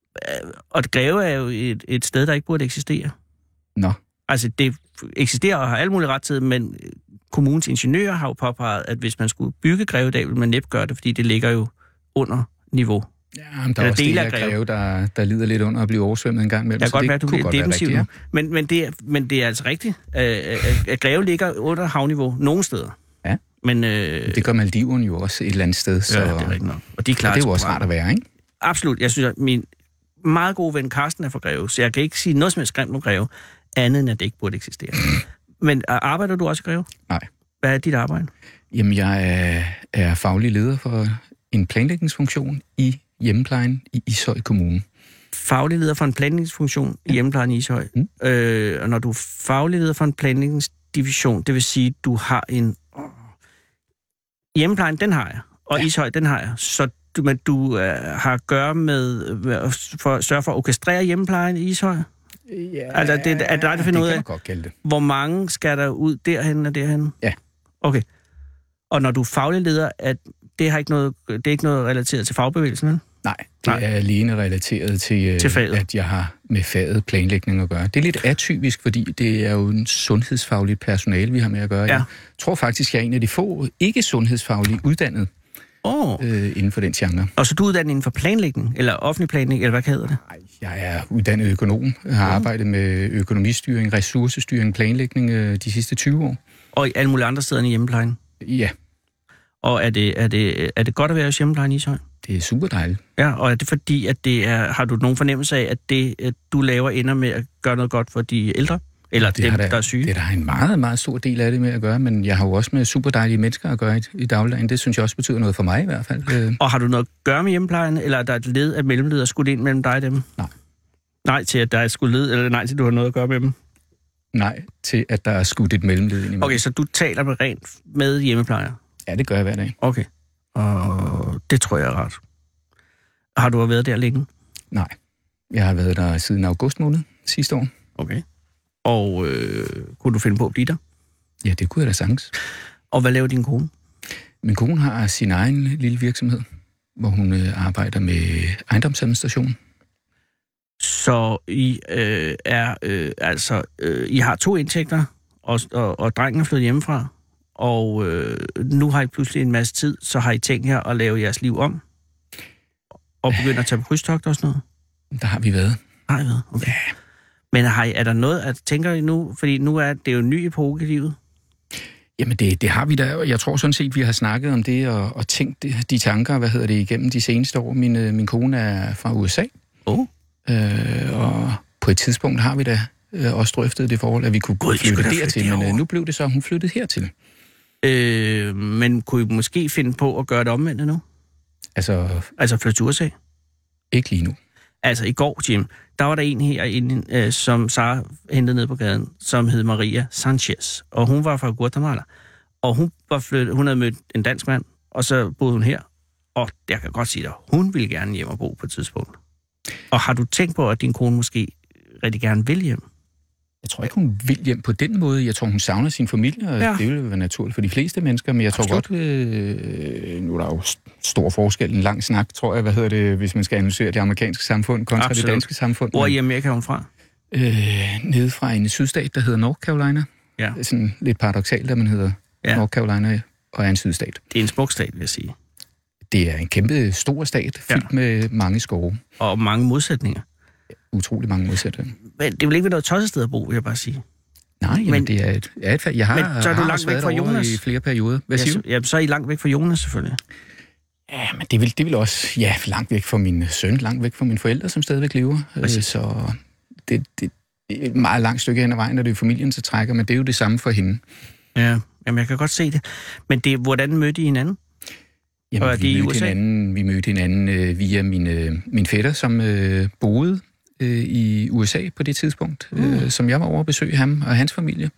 Og Greve er jo et, et sted, der ikke burde eksistere. Nå. Altså, det eksisterer og har alle mulige ret til, men kommunens ingeniører har jo påpeget, at hvis man skulle bygge Greve i dag, ville man næppe gøre det, fordi det ligger jo under niveau. Ja, men der er også dele af Greve, der, der lider lidt under at blive oversvømmet en gang imellem. Det kan godt være, at du bliver defensiv ja. men, men, det er, men det er altså rigtigt, at Greve ligger under havniveau nogle steder. Ja, men, øh, det gør Maldiverne jo også et eller andet sted. Så... Ja, det er rigtigt nok. Og de er klar, og det er jo også rart at være, ikke? Absolut. Jeg synes, at min meget gode ven Carsten er fra Greve, så jeg kan ikke sige noget som helst grimt om Greve, andet end at det ikke burde eksistere. Men arbejder du også i Greve? Nej. Hvad er dit arbejde? Jamen, jeg er, er faglig leder for en planlægningsfunktion i hjemmeplejen i Ishøj Kommune. Faglig leder for en planlægningsfunktion ja. i hjemmeplejen i Ishøj. Mm. Øh, og når du er faglig leder for en planlægningsdivision, det vil sige, at du har en... Hjemmeplejen, den har jeg. Og ja. Ishøj, den har jeg. Så du, men du øh, har at gøre med for at sørge for at orkestrere hjemmeplejen i Ishøj? Ja, altså, det, er der, der finder ud af, godt kalde det. Hvor mange skal der ud derhen og derhen? Ja. Okay. Og når du er faglig leder, at det, har ikke noget, det er ikke noget relateret til fagbevægelsen, vel? Nej, det Nej. er alene relateret til, Til faget. at jeg har med faget planlægning at gøre. Det er lidt atypisk, fordi det er jo en sundhedsfagligt personale, vi har med at gøre. Ja. Jeg tror faktisk, jeg er en af de få ikke-sundhedsfagligt uddannet Åh, oh. øh, inden for den genre. Og så du er uddannet inden for planlægning, eller offentlig planlægning, eller hvad hedder det? Nej, jeg er uddannet økonom. Jeg har arbejdet med økonomistyring, ressourcestyring, planlægning øh, de sidste tyve år. Og i alle mulige andre steder i hjemmeplejen. Ja, Og er det, er det, er det godt at være i hjemmeplejen i Ishøj? det er super dejligt. Ja, og er det fordi, at det er, har du nogen fornemmelse af, at det, at du laver, ender med at gøre noget godt for de ældre? Eller Det dem, har der, der er syge? Det er der en meget, meget stor del af det med at gøre, men jeg har jo også med super dejlige mennesker at gøre i, i dagligdagen. Det synes jeg også betyder noget for mig i hvert fald. Øh, Og har du noget at gøre med hjemmeplejen, eller er der et led af mellemleder skudt ind mellem dig og dem? Nej. Nej til, at der er et skudt led, eller nej til, at du har noget at gøre med dem? nej, til at der er skudt et mellemled ind imellem. Okay, så du taler med rent med hjemmeplejer? Ja, det gør jeg hver dag. Okay. Og det tror jeg er rart. Har du været der længe? Nej, jeg har været der siden august måned sidste år. Okay. Og øh, kunne du finde på at blive der? Ja, det kunne jeg da sagtens. Og hvad laver din kone? Min kone har sin egen lille virksomhed, hvor hun øh, arbejder med ejendomsadministration. Så I øh, er øh, altså øh, I har to indtægter, og, og, og drengen er flyttet hjemmefra, og øh, nu har I pludselig en masse tid, så har I tænkt jer at lave jeres liv om, og begynde at tage på krydstogt og sådan noget? Der har vi været. Har I været? Okay. Ja. Men har I, er der noget, at tænker I nu, fordi nu er det jo en ny epoke i livet? Jamen, det, det har vi da. Jeg tror sådan set, vi har snakket om det og, og tænkt de, de tanker, hvad hedder det, igennem de seneste år. Min, min kone er fra U S A. Oh. Øh, og på et tidspunkt har vi da øh, også drøftet det forhold, at vi kunne God, flytte flytte dertil. Men øh, derover. nu blev det så, hun flyttede hertil. Øh, men kunne I måske finde på at gøre det omvendt nu? Altså, Altså flytte til U S A? ikke lige nu. Altså i går, Jim, der var der en herinde, øh, som Sara hentede ned på gaden, som hed Maria Sanchez. Og hun var fra Guatemala. Og hun, var flyttet, hun havde mødt en dansk mand, og så boede hun her. Og jeg kan godt sige dig, hun ville gerne hjem og bo på et tidspunkt. Og har du tænkt på, at din kone måske rigtig gerne vil hjem? Jeg tror ikke, hun vil hjem på den måde. Jeg tror, hun savner sin familie, og Ja. ja. det vil være naturligt for de fleste mennesker. Men jeg tror Absolut. godt, øh, nu er der jo stor forskel, en lang snak, tror jeg, hvad hedder det, hvis man skal analysere det amerikanske samfund kontra Absolut. det danske samfund. Hvor i Men, Amerika er hun fra? øh, nede fra en sydstat, der hedder North Carolina. Ja. Det er sådan lidt paradoksalt, at man hedder Ja. ja. North Carolina og er en sydstat. Det er en smuk stat, vil jeg sige. Det er en kæmpe stor stat, fyldt Ja. ja. med mange skove. Og mange modsætninger. Utrolig mange modsætninger. Men det vil ikke være noget tosset sted at bo, vil jeg bare sige. Nej, jamen, Men- det er et, er et fag. Jeg har, Men så er du har langt også væk været fra derovre Jonas. i flere perioder. Hvad Ja, siger så, du? ja, så er I langt væk fra Jonas, selvfølgelig. Ja, men det vil, det vil også, ja, langt væk fra min søn, langt væk fra mine forældre, som stadigvæk lever. Øh, Præcis. Så det, det, det er et meget langt stykke hen ad vejen, når det er familien, så trækker, men det er jo det samme for hende. Ja, jamen jeg kan godt se det. Men det, hvordan mødte I hinanden? Jamen, Og er det i vi, U mødte S A? hinanden, vi mødte hinanden øh, via min, øh, min fætter, som øh, boede øh, i U S A på det tidspunkt, mm. øh, som jeg var over at besøge ham og hans familie.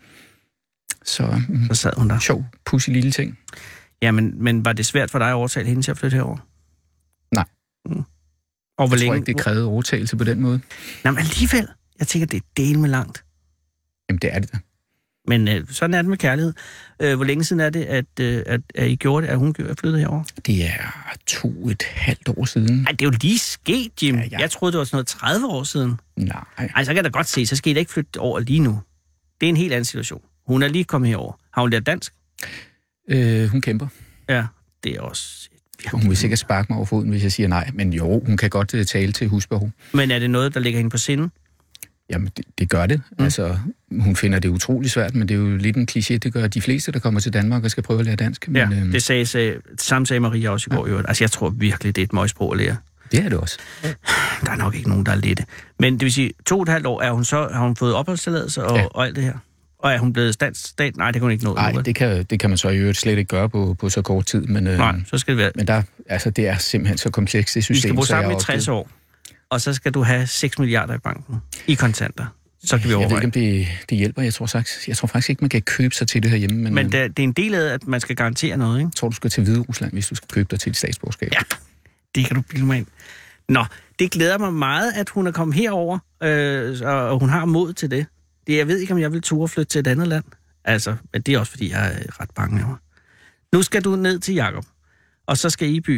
Så mm, Så sad hun der. sjov, pudsig lille ting. Ja, men, men var det svært for dig at overtale hende til at flytte herover? Nej. Mm. Og hvor Jeg tror længe? ikke, det krævede overtagelse på den måde. Nej, men alligevel. Jeg tænker, det er del med langt. Jamen, det er det da. Men øh, sådan er det med kærlighed. Øh, hvor længe siden er det, at, øh, at, at I gjorde det, at hun er flyttet herover? Det er to et halvt år siden. Nej, det er jo lige sket, Jim. Ja, Ja, ja. ja. Jeg troede, det var sådan noget tredive år siden. Nej. Ej, så kan jeg da godt se, så skal I da ikke flytte over lige nu. Det er en helt anden situation. Hun er lige kommet herover. Har hun lært dansk? Øh, hun kæmper. Ja, det er også... Og hun vil sikkert sparke mig over foden, hvis jeg siger nej. Men jo, hun kan godt uh, tale til husbehov. Men er det noget, der ligger hende på sinde? Jamen, det, det gør det. Mm. Altså, hun finder det utrolig svært, men det er jo lidt en kliché. Det gør de fleste, der kommer til Danmark og skal prøve at lære dansk. Men, Ja, øhm, det sagde, sagde, samme sagde Maria også i går. Ja. Altså, jeg tror virkelig, det er et møgsprog at lære. det er det også. Der er nok ikke nogen, der er lette. Men det vil sige, to og et halvt år, er hun så, har hun fået opholdstilladelse og, ja. og alt det her? Og er hun blevet statsstat? Nej, det kan hun ikke nå. Nej, det kan, det kan man så i øvrigt slet ikke gøre på, på så kort tid. Men, øhm, Nej, så skal det være... men der, altså, det er simpelthen så komplekst, det system. Vi skal bo så jeg sammen i oplever- tres år, og så skal du have seks milliarder i banken i kontanter. Så kan vi Jeg ved overveje. ikke, om det, det hjælper. Jeg tror, faktisk, jeg tror faktisk ikke, man kan købe sig til det herhjemme. Men, Men øhm, det, det er en del af, at man skal garantere noget, ikke? jeg tror, du skal til Hvide Rusland, hvis du skal købe dig til et statsborgerskab. Ja, det kan du bilde mig ind. Nå, det glæder mig meget, at hun er kommet herover, øh, og hun har mod til det. det. Jeg ved ikke, om jeg vil turde flytte til et andet land. Altså, men det er også, fordi jeg er ret bange over. Nu skal du ned til Jakob, og så skal I i byen.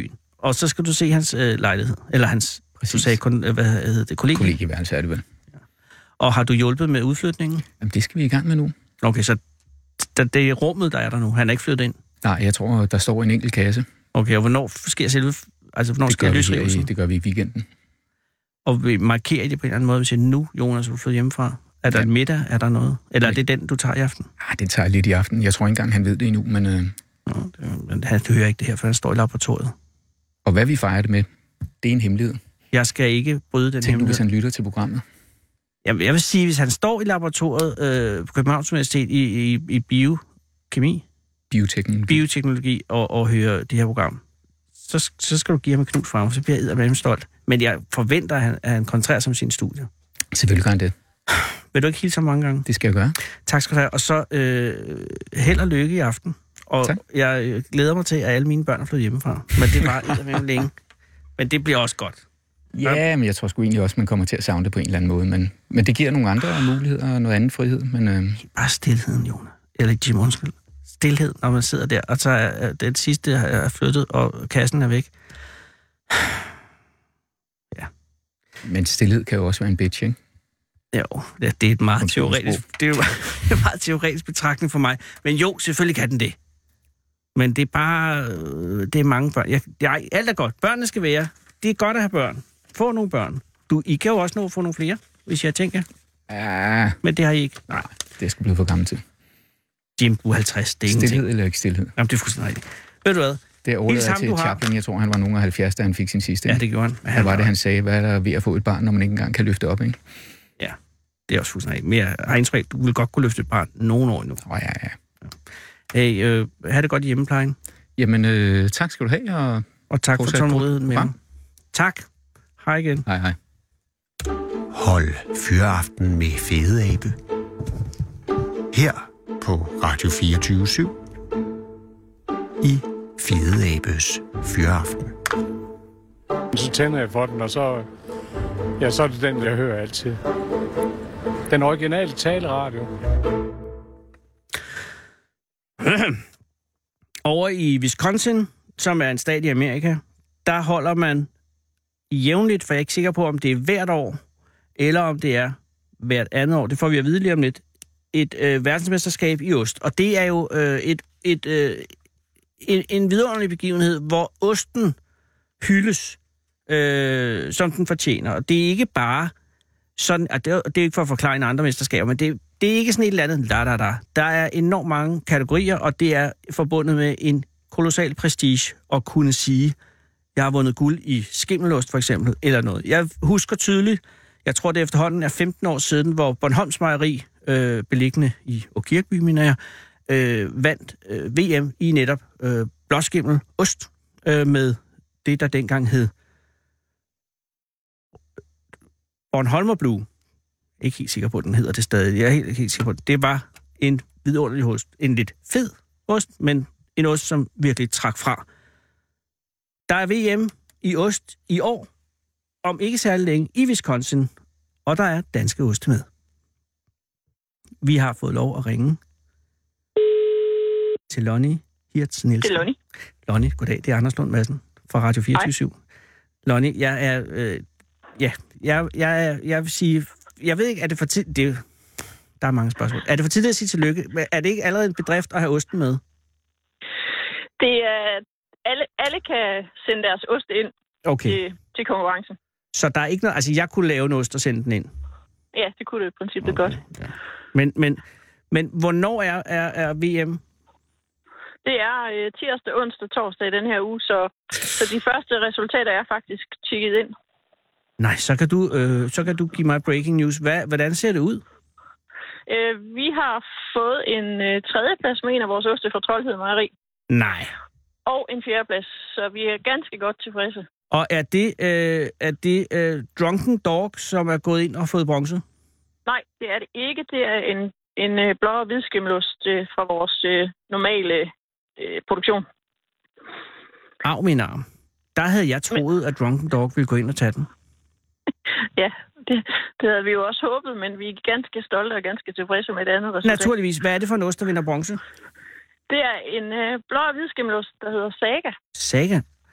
Og så skal du se hans øh, lejlighed. Eller hans, præcis. Du sagde kun, øh, hvad hedder det, kollegie? Kollegieværelse er det vel. Ja. Og har du hjulpet med udflytningen? Jamen, det skal vi i gang med nu. Okay, så det er rummet, der er der nu. Han er ikke flyttet ind? Nej, jeg tror, der står en enkelt kasse. Okay, og hvornår sker selve... Altså, hvornår det sker løsrivelsen? Det gør vi i weekenden. Og vi markerer det på en eller anden måde, hvis jeg nu, Jonas, er flyttet hjemmefra? Er der ja. en middag? Er der noget? Eller er det den, du tager i aften? Ja, det tager jeg lidt i aften. Jeg tror ikke engang, han ved det endnu, men... Øh... Nå, det, men han hører ikke det her, for han står i laboratoriet. Og hvad vi fejrer det med, det er en hemmelighed. Jeg skal ikke bryde den Tænk hemmelighed. du, hvis han lytter til programmet? Jamen, jeg vil sige, hvis han står i laboratoriet øh, på Københavns Universitet i, i, i biokemi, bioteknologi, bioteknologi og, og hører det her program, så, så skal du give ham en knud frem, så bliver jeg eddermame stolt. Men jeg forventer, at han, at han koncentrerer sig om sin studie. Selvfølgelig gør han det. Vil du ikke hilse ham mange gange? Det skal jeg gøre. Tak skal du have. Og så øh, held og lykke i aften. Og tak. Jeg glæder mig til, at alle mine børn er flyttet hjemmefra. Men det var eddermame længe. Men det bliver også godt. Ja, men jeg tror sgu egentlig også, man kommer til at savne det på en eller anden måde. Men, men det giver nogle andre muligheder og noget anden frihed. Men, øh... bare stilheden, Jonas. Eller Jim, undskyld. Stilhed, når man sidder der, og så er det sidste er flyttet, og kassen er væk. Ja. Men stilhed kan jo også være en bitch, ikke? Jo, det, det er et meget teoretisk, det er jo en meget teoretisk betragtning for mig. Men jo, selvfølgelig kan den det. Men det er bare, det er mange børn. Jeg, jeg, alt er godt. Børnene skal være. Det er godt at have børn. Få nogle børn. Du, I kan jo også nå at få nogle flere, hvis jeg tænker. Ja. Men det har I ikke. Nej, det er sgu blevet for gammel til. Jim, du er halvtreds, det er ingenting. Stilhed eller ikke stilhed? Jamen, det er fuldstændig rigtigt. Ved du hvad? Det er overladet til Chaplin. Jeg tror, han var nogen af halvfjerds, da han fik sin sidste. Ja, det gjorde han. Hvad var det, han sagde? Hvad er der ved at få et barn, når man ikke engang kan løfte op, ikke? Ja, det er også fuldstændig rigtigt. Men jeg har indtryk, du vil godt kunne løfte et barn nogle år endnu. Åh, oh, ja, ja. Hey, øh, have det godt i hjemmeplejen. Jamen, øh, tak skal du have, og... Og tak for tålmodigheden med mig. Tak. Hej igen. Hej, hej. Hold Fyraften med Fede Abe. Her på Radio fireogtyve syv i Fede Abes Fyraften. Så tænder jeg for den, og så, ja, så er det den, jeg hører altid. Den originale taleradio. Over i Wisconsin, som er en stat i Amerika, der holder man jævnligt, for jeg er ikke sikker på, om det er hvert år, eller om det er hvert andet år. Det får vi at vide lige om lidt. Et øh, verdensmesterskab i ost. Og det er jo øh, et, et, øh, en, en vidunderlig begivenhed, hvor osten hyldes, øh, som den fortjener. Og det er ikke bare sådan, at det, det er ikke for at forklare en andre mesterskaber, men det, det er ikke sådan et eller andet da, da, da. Der er enormt mange kategorier, og det er forbundet med en kolossal prestige at kunne sige, jeg har vundet guld i skimmelost for eksempel, eller noget. Jeg husker tydeligt, jeg tror det efterhånden er femten år siden, hvor Bornholms Mejeri, øh, beliggende i Åkirkeby, mener jeg, øh, vandt øh, V M i netop øh, blåskimmel ost øh, med det, der dengang hed Bornholmer Blue. Ikke helt sikker på, at den hedder det stadig. Jeg er helt, helt sikker på, at det var en vidunderlig ost. En lidt fed ost, men en ost, som virkelig trak fra. Der er V M i ost i år, om ikke særlig længe, i Wisconsin, og der er danske oste med. Vi har fået lov at ringe til Lonnie Hirtz Nielsen. Det er Lonnie. Lonnie, goddag. Det er Anders Lund Madsen fra Radio fireogtyve syv. Lonnie, jeg er... Øh, ja, jeg, jeg, er, jeg vil sige... Jeg ved ikke, er det for tid... Det, der er mange spørgsmål. Er det for tid at sige tillykke? Er det ikke allerede en bedrift at have osten med? Det er... Alle, alle kan sende deres ost ind okay. til, til konkurrencen. Så der er ikke noget... Altså, jeg kunne lave en ost og sende den ind? Ja, det kunne du i princippet okay. godt. Ja. Men, men, men hvornår er, er, er V M? Det er øh, tirsdag, onsdag, torsdag i den her uge, så, så de første resultater er faktisk tjekket ind. Nej, så kan du, øh, så kan du give mig breaking news. Hvad, hvordan ser det ud? Øh, vi har fået en øh, tredjeplads med en af vores oste fra Troldhed Mejeri. Nej. Og en fjerdeplads, så vi er ganske godt tilfredse. Og er det, øh, er det øh, Drunken Dog, som er gået ind og fået bronze? Nej, det er det ikke. Det er en, en øh, blå- og hvidskimmelost øh, fra vores øh, normale øh, produktion. Av min arm. Der havde jeg troet, men... at Drunken Dog ville gå ind og tage den. Ja, det, det havde vi jo også håbet, men vi er ganske stolte og ganske tilfredse med et andet resultat. Naturligvis. Hvad er det for en ost, der vinder bronze? Det er en øh, blå- og hvidskimmelost, der hedder Saga. Saga?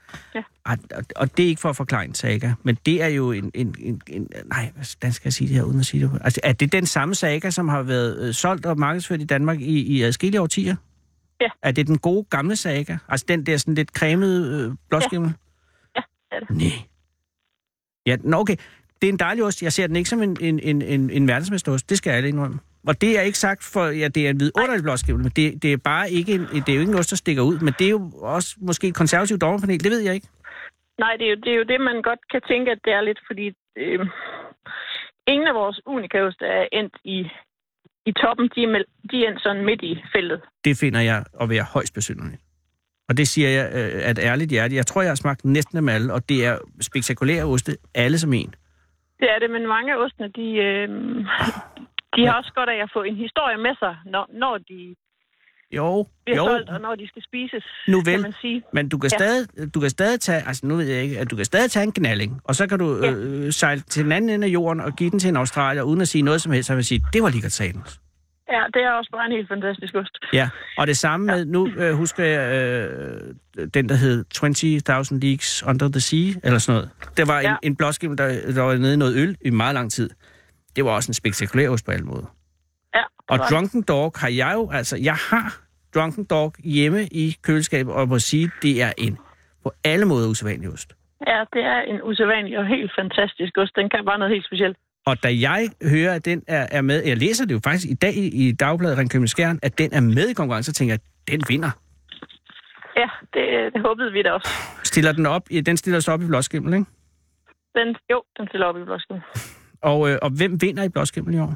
Ja. Og, og, og det er ikke for at forklare en saga, men det er jo en... en, en, en nej, hvordan skal jeg sige det her, uden at sige det? Altså, er det den samme saga, som har været øh, solgt og markedsført i Danmark i, i adskillige årtier? Ja. Er det den gode gamle saga? Altså den der sådan lidt cremede øh, blåskimmel? Ja, det er det. Nej. Ja, nå, okay. Det er en dejlig ost. Jeg ser den ikke som en, en, en, en, en verdensmesterost. Det skal jeg indrømme. Og det er ikke sagt for, ja, det er en vidunderlig blåskimmel, men det, det er bare ikke en, det er jo ikke en ost, der stikker ud. Men det er jo også måske et konservativt dommerpanel, det ved jeg ikke. Nej, det er, jo, det er jo det, man godt kan tænke, at det er lidt, fordi øh, ingen af vores unikaost er endt i, i toppen. De er, de er endt sådan midt i feltet. Det finder jeg at være højst besynderligt. Og det siger jeg øh, at ærligt hjerte. Jeg tror, jeg har smagt næsten dem alle, og det er spektakulære oste, alle som en. Det er det, men mange af ostene, de, øh, de har også godt af at få en historie med sig, når, når de jo, bliver jo. solgt, og når de skal spises, nu vel, kan man sige. Men du kan, ja. stadig, du kan stadig tage, altså nu ved jeg ikke, at du kan stadig tage en knalling, og så kan du ja. øh, sejle til den anden ende af jorden og give den til en australier, uden at sige noget som helst, så vil sige, det var lige satans. Ja, det er også bare en helt fantastisk ost. Ja, og det samme med, nu øh, husker jeg, øh, den der hed tyve tusind Leagues Under the Sea, eller sådan noget. Der var ja. en, en blåskimmel, der, der var nede i noget øl i meget lang tid. Det var også en spektakulær ost på alle måder. Ja. Og Drunken Dog har jeg jo, altså, jeg har Drunken Dog hjemme i køleskabet, og må sige, det er en på alle måder usædvanlig ost. Ja, det er en usædvanlig og helt fantastisk ost. Den kan bare noget helt specielt. Og da jeg hører, at den er, er med, jeg læser det jo faktisk i dag i Dagbladet Ringkøbing Skjern, at den er med i konkurrence, så tænker jeg, at den vinder. Ja, det, det håbede vi da også. Stiller den op, den stiller sig op i blåskimmel, ikke? Den, jo, den stiller op i blåskimmel. Og, øh, og hvem vinder i blåskimmel i år?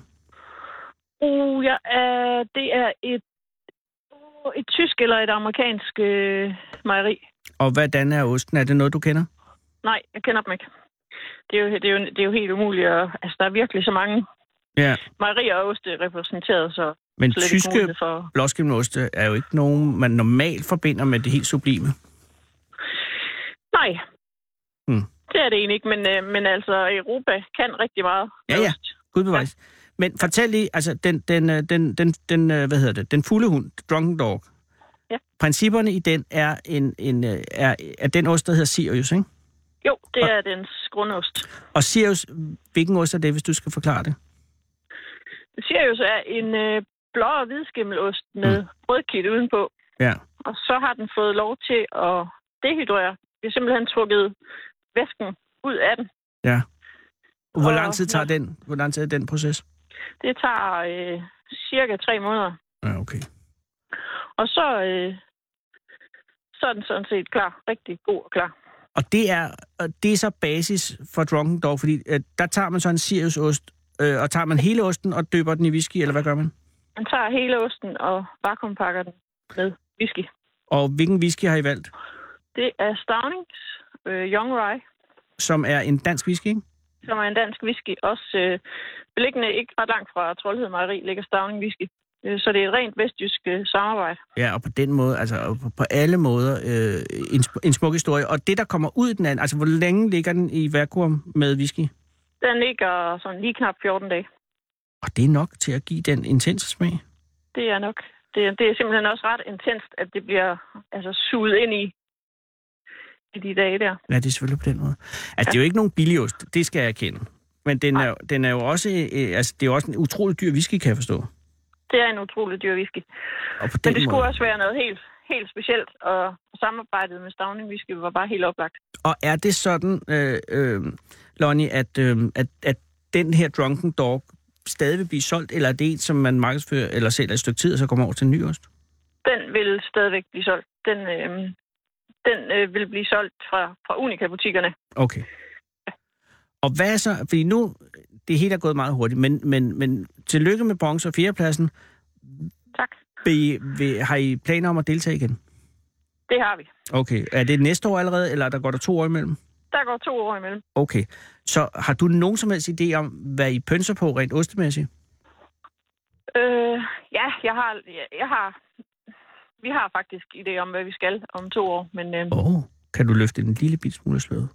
Uh, ja, uh, det er et, uh, et tysk eller et amerikansk uh, mejeri. Og hvordan er osten? Er det noget, du kender? Nej, jeg kender dem ikke. Det er jo, det er jo, det er jo helt umuligt. At, altså, der er virkelig så mange ja. mejerier og oste repræsenteret, så men slet tyske ikke for... blåskimmeloste er jo ikke nogen, man normalt forbinder med det helt sublime. Nej, hmm. det er det egentlig ikke, men, øh, men altså Europa kan rigtig meget. Ja, ja, Gud bevares. Ja. Men fortæl lige, altså den, den, den, den, den, hvad hedder det, den fulde hund, Drunken Dog. Ja. Principperne i den er, en, en, er, er den ost, der hedder Sirius, ikke? Jo, det og, er dens grundost. Og Sirius, hvilken ost er det, hvis du skal forklare det? Sirius er en øh, blå og hvidskimmelost med mm. rødkit udenpå. Ja. Og så har den fået lov til at dehydrere. Vi har simpelthen trukket væsken ud af den. Ja. Og hvor og, lang tid tager ja. den? Hvor lang tid er den proces? Det tager øh, cirka tre måneder. Ja, okay. Og så, øh, så er den sådan set klar. Rigtig god og klar. Og det er, det er så basis for Drunken Dog, fordi øh, der tager man så en Sirius-ost, øh, og tager man hele osten og dypper den i whisky, eller hvad gør man? Man tager hele osten og vakuumpakker den med whisky. Og hvilken whisky har I valgt? Det er Staunings øh, Young Rye. Som er en dansk whisky, ikke? Som er en dansk whisky. Også øh, beliggende ikke ret langt fra Troldhed Mejeri ligger Stauning Whisky. Så det er et rent vestjysk øh, samarbejde. Ja, og på den måde, altså på, på alle måder, øh, en, en smuk historie. Og det, der kommer ud den anden, altså hvor længe ligger den i vakuum med whisky? Den ligger sådan lige knap fjorten dage. Og det er nok til at give den intense smag? Det er nok. Det, det er simpelthen også ret intenst, at det bliver altså suget ind i, i de dage der. Ja, det er selvfølgelig på den måde. Altså, ja. Det er jo ikke nogen billig ost, det skal jeg erkende. Men den er, den er jo også, øh, altså, det er jo også en utrolig dyr whisky, kan jeg forstå. Det er en utrolig dyr whisky. Men det måde. Skulle også være noget helt, helt specielt, og samarbejdet med Stauning Whisky var bare helt oplagt. Og er det sådan, øh, øh, Lonnie, at, øh, at, at den her Drunken Dog stadig vil blive solgt, eller er det en, som man markedsfører eller sælger et stykke tid, og så kommer over til en ny ost? Den vil stadigvæk blive solgt. Den, øh, den øh, vil blive solgt fra, fra Unica-butikkerne. Okay. Ja. Og hvad er så, fordi nu... Det hele er gået meget hurtigt, men, men, men tillykke med bronze og fjerdepladsen. Tak. Be, be, har I planer om at deltage igen? Det har vi. Okay. Er det næste år allerede, eller der går der to år imellem? Der går to år imellem. Okay. Så har du nogen som helst idé om, hvad I pønser på rent ostemæssigt? Øh, ja, jeg har, jeg har... Vi har faktisk idé om, hvad vi skal om to år, men... Øh... Oh, kan du løfte en lille bit smule sløret?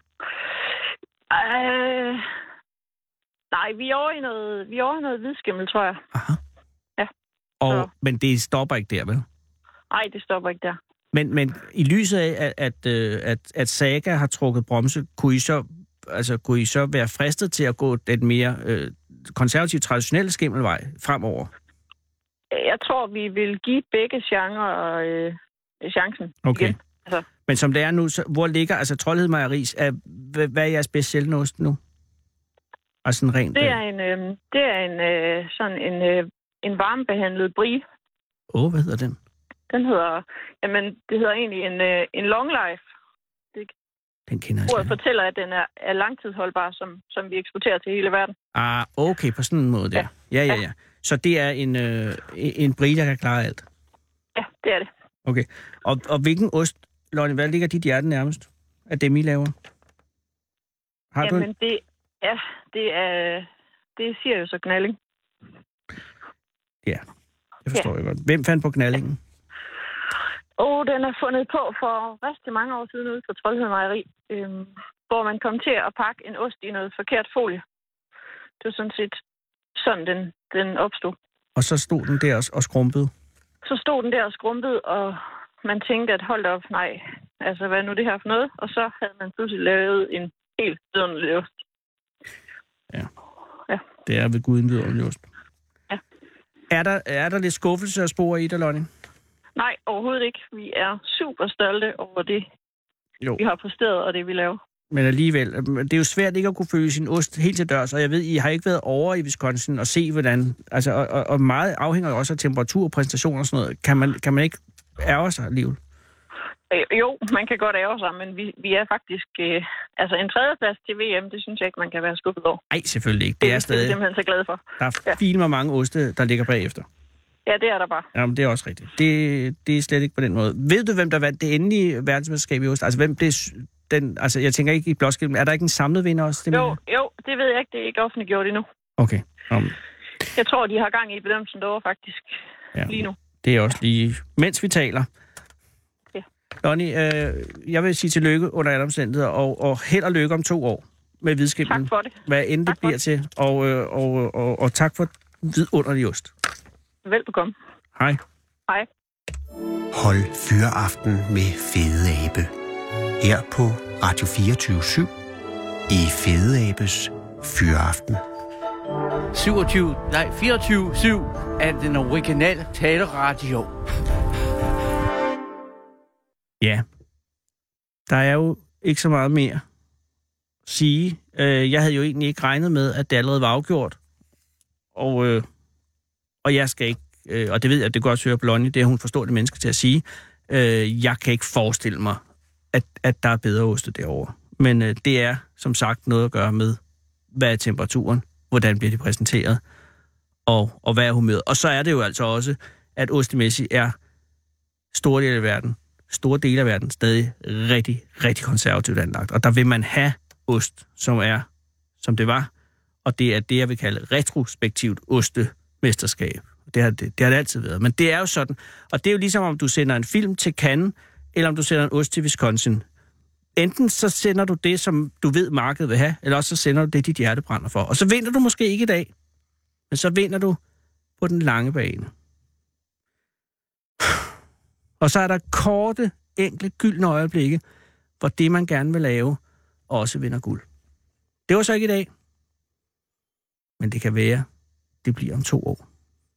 Øh... Nej, vi er over i noget, vi er over i noget hvidskimmel, tror jeg. Aha. Ja. Og, men det stopper ikke der, vel? Nej, det stopper ikke der. Men, men i lyset af, at, at, at, at Saga har trukket bremse, kunne I så, altså, kunne I så være fristet til at gå den mere øh, konservative, traditionelle skimmelvej fremover? Jeg tror, vi vil give begge genrer øh, chancen. Okay. Igen. Altså. Men som det er nu, så, hvor ligger, altså Troldhed Mejeris, er, hvad, hvad er jeres bedst sælgende ost nu? Altså en rent... Det er en, øh, det er en, øh, sådan en, øh, en varmebehandlet brie. Åh, oh, hvad hedder den? Den hedder, jamen, det hedder egentlig en, øh, en long life. Det, den kender jeg slet. Ordet fortæller, at den er, er langtidsholdbar, som, som vi eksporterer til hele verden. Ah, okay, på sådan en måde der. Ja, ja, ja. ja. Så det er en, øh, en brie, der kan klare alt? Ja, det er det. Okay. Og, og hvilken ost, Lonnie, hvad ligger dit hjerte nærmest af dem, I laver? Har jamen, du det, ja, det er, det siger jo så Gnalling. Ja, det forstår ja. jeg godt. Hvem fandt på Gnallingen? Åh, oh, den er fundet på for rigtig mange år siden ude på Troldhed Mejeri, øhm, hvor man kom til at pakke en ost i noget forkert folie. Det var sådan set sådan, den, den opstod. Og så stod den der og skrumpede? Så stod den der og skrumpede, og man tænkte, at hold op, nej, altså hvad er nu det her for noget? Og så havde man pludselig lavet en helt vidunderlig ost. Ja. ja. Det er ved Gud en vidunderlig ost. Ja. Er der, er der lidt skuffelse at spore i dig, Lonnie? Nej, overhovedet ikke. Vi er super stolte over det, jo. vi har præsteret, og det, vi laver. Men alligevel, det er jo svært ikke at kunne følge sin ost helt til dørs, og jeg ved, I har ikke været over i Wisconsin og se, hvordan... Altså, og, og meget afhænger jo også af temperatur, præstation og sådan noget. Kan man, kan man ikke ærge sig alligevel? Jo, man kan godt ærge sig, men vi, vi er faktisk... Øh, altså, en tredjeplads til V M, det synes jeg ikke, man kan være skuffet over. Nej, selvfølgelig ikke. Det, det er stadig... Det er simpelthen så glad for. Der er ja. filmer mange oste, der ligger bagefter. Ja, det er der bare. Jamen, det er også rigtigt. Det, det er slet ikke på den måde. Ved du, hvem der vandt det endelige verdensmesterskab i ost? Altså, hvem det den, altså, jeg tænker ikke i blåskilmen. Er der ikke en samlet vinder også? Det jo, jo, det ved jeg ikke. Det er ikke offentliggjort endnu. Okay. Um. Jeg tror, de har gang i bedømmelsen derovre, faktisk. Ja. Lige nu. Det er også lige... Mens vi taler. Ja. Lonnie, øh, jeg vil sige tillykke under alle omstændigheder, og, og held og lykke om to år med hvidskilmen. Tak for det. Hvad end det bliver til. Og, øh, og, og, og, og tak for vidunderlig ost. Velbekomme. Hej. Hej. Hold Fyraften med Fede Abe. Her på Radio fireogtyve syv i Fede Abes Fyraften. syvogtyve, nej, fireogtyve syv er den originale taleradio. Ja. Der er jo ikke så meget mere at sige. Jeg havde jo egentlig ikke regnet med, at det allerede var afgjort. Og... Øh, Og jeg skal ikke, øh, og det ved jeg, at det går også høre på Lonnie, det er hun forstår det menneske til at sige, øh, jeg kan ikke forestille mig, at, at der er bedre oste derovre. Men øh, det er, som sagt, noget at gøre med, hvad er temperaturen, hvordan bliver de præsenteret, og, og hvad er humøret. Og så er det jo altså også, at ostemæssigt er store dele af verden, store dele af verden stadig rigtig, rigtig konservativt anlagt. Og der vil man have ost, som er, som det var, og det er det, jeg vil kalde retrospektivt oste mesterskab. Det har det, det har det altid været. Men det er jo sådan, og det er jo ligesom, om du sender en film til Cannes, eller om du sender en ost til Wisconsin. Enten så sender du det, som du ved, markedet vil have, eller også så sender du det, dit hjerte brænder for. Og så vinder du måske ikke i dag, men så vinder du på den lange bane. Og så er der korte, enkle, gyldne øjeblikke, hvor det, man gerne vil lave, også vinder guld. Det var så ikke i dag, men det kan være, det bliver om to år.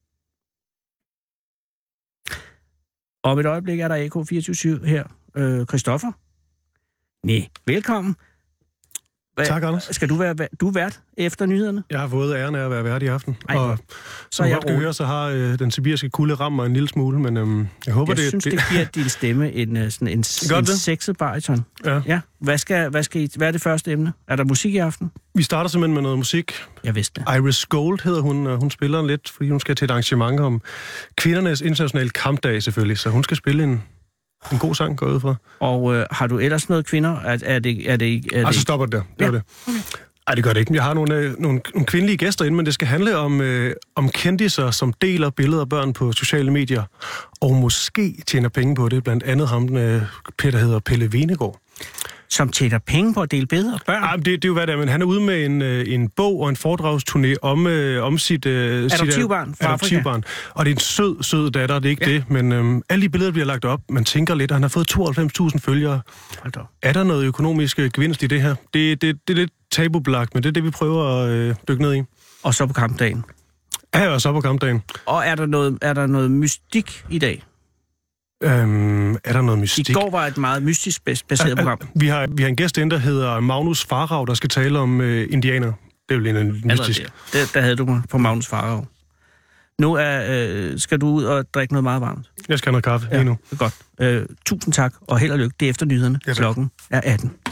Om et øjeblik er der A K fireogtyve syv her. Øh, Christoffer? Nej, velkommen. Hva, tak, Anders. Skal du være du er vært efter nyhederne? Jeg har fået æren af at være vært i aften. Ej, og som jeg skal høre, så har øh, den sibiriske kulde ramt mig en lille smule, men øhm, jeg håber, jeg det... Jeg synes, det, det giver din stemme en, sådan en, en sexet bariton. Ja. ja. Hvad, skal, hvad, skal I, hvad er det første emne? Er der musik i aften? Vi starter simpelthen med noget musik. Jeg vidste det. Iris Gold hedder hun. Hun spiller lidt, fordi hun skal til et arrangement om kvindernes internationale kampdag selvfølgelig, så hun skal spille en... En god sang, går ud fra. Og øh, har du ellers noget kvinder? Er, er det, er det, er det... Altså stopper det der. Det ja. det. Okay. Ej, det gør det ikke. Jeg har nogle, øh, nogle, nogle kvindelige gæster inde, men det skal handle om, øh, om kendiser, som deler billeder af børn på sociale medier, og måske tjener penge på det. Blandt andet ham, øh, Peter hedder Pelle Venegård. som tjener penge på at dele billeder af børn. Ja, det, det er jo hvad det er, men han er ude med en, en bog og en foredragsturné om, øh, om sit... Øh, adoptivbarn sit, øh, adoptivbarn. Og det er en sød, sød datter, det er ikke ja. det, men øh, alle de billeder bliver lagt op. Man tænker lidt, at han har fået tooghalvfems tusind følgere. Er der noget økonomisk gevinst i det her? Det, det, det er lidt tabubelagt, men det er det, vi prøver at øh, dykke ned i. Og så på kampdagen. Ja, og så på kampdagen. Og er der noget, er der noget mystik i dag? Øhm, er der noget mystik? I går var et meget mystisk baseret program. Vi har, vi har en gæst inde, der hedder Magnus Farag, der skal tale om øh, indianer. Det er jo lidt en mystisk. Der, der havde du mig på Magnus Farag. Nu er, øh, skal du ud og drikke noget meget varmt. Jeg skal have noget kaffe ja, lige nu. Det er godt. Øh, tusind tak, og held og lykke. Det er efter nyhederne. Ja, klokken er atten.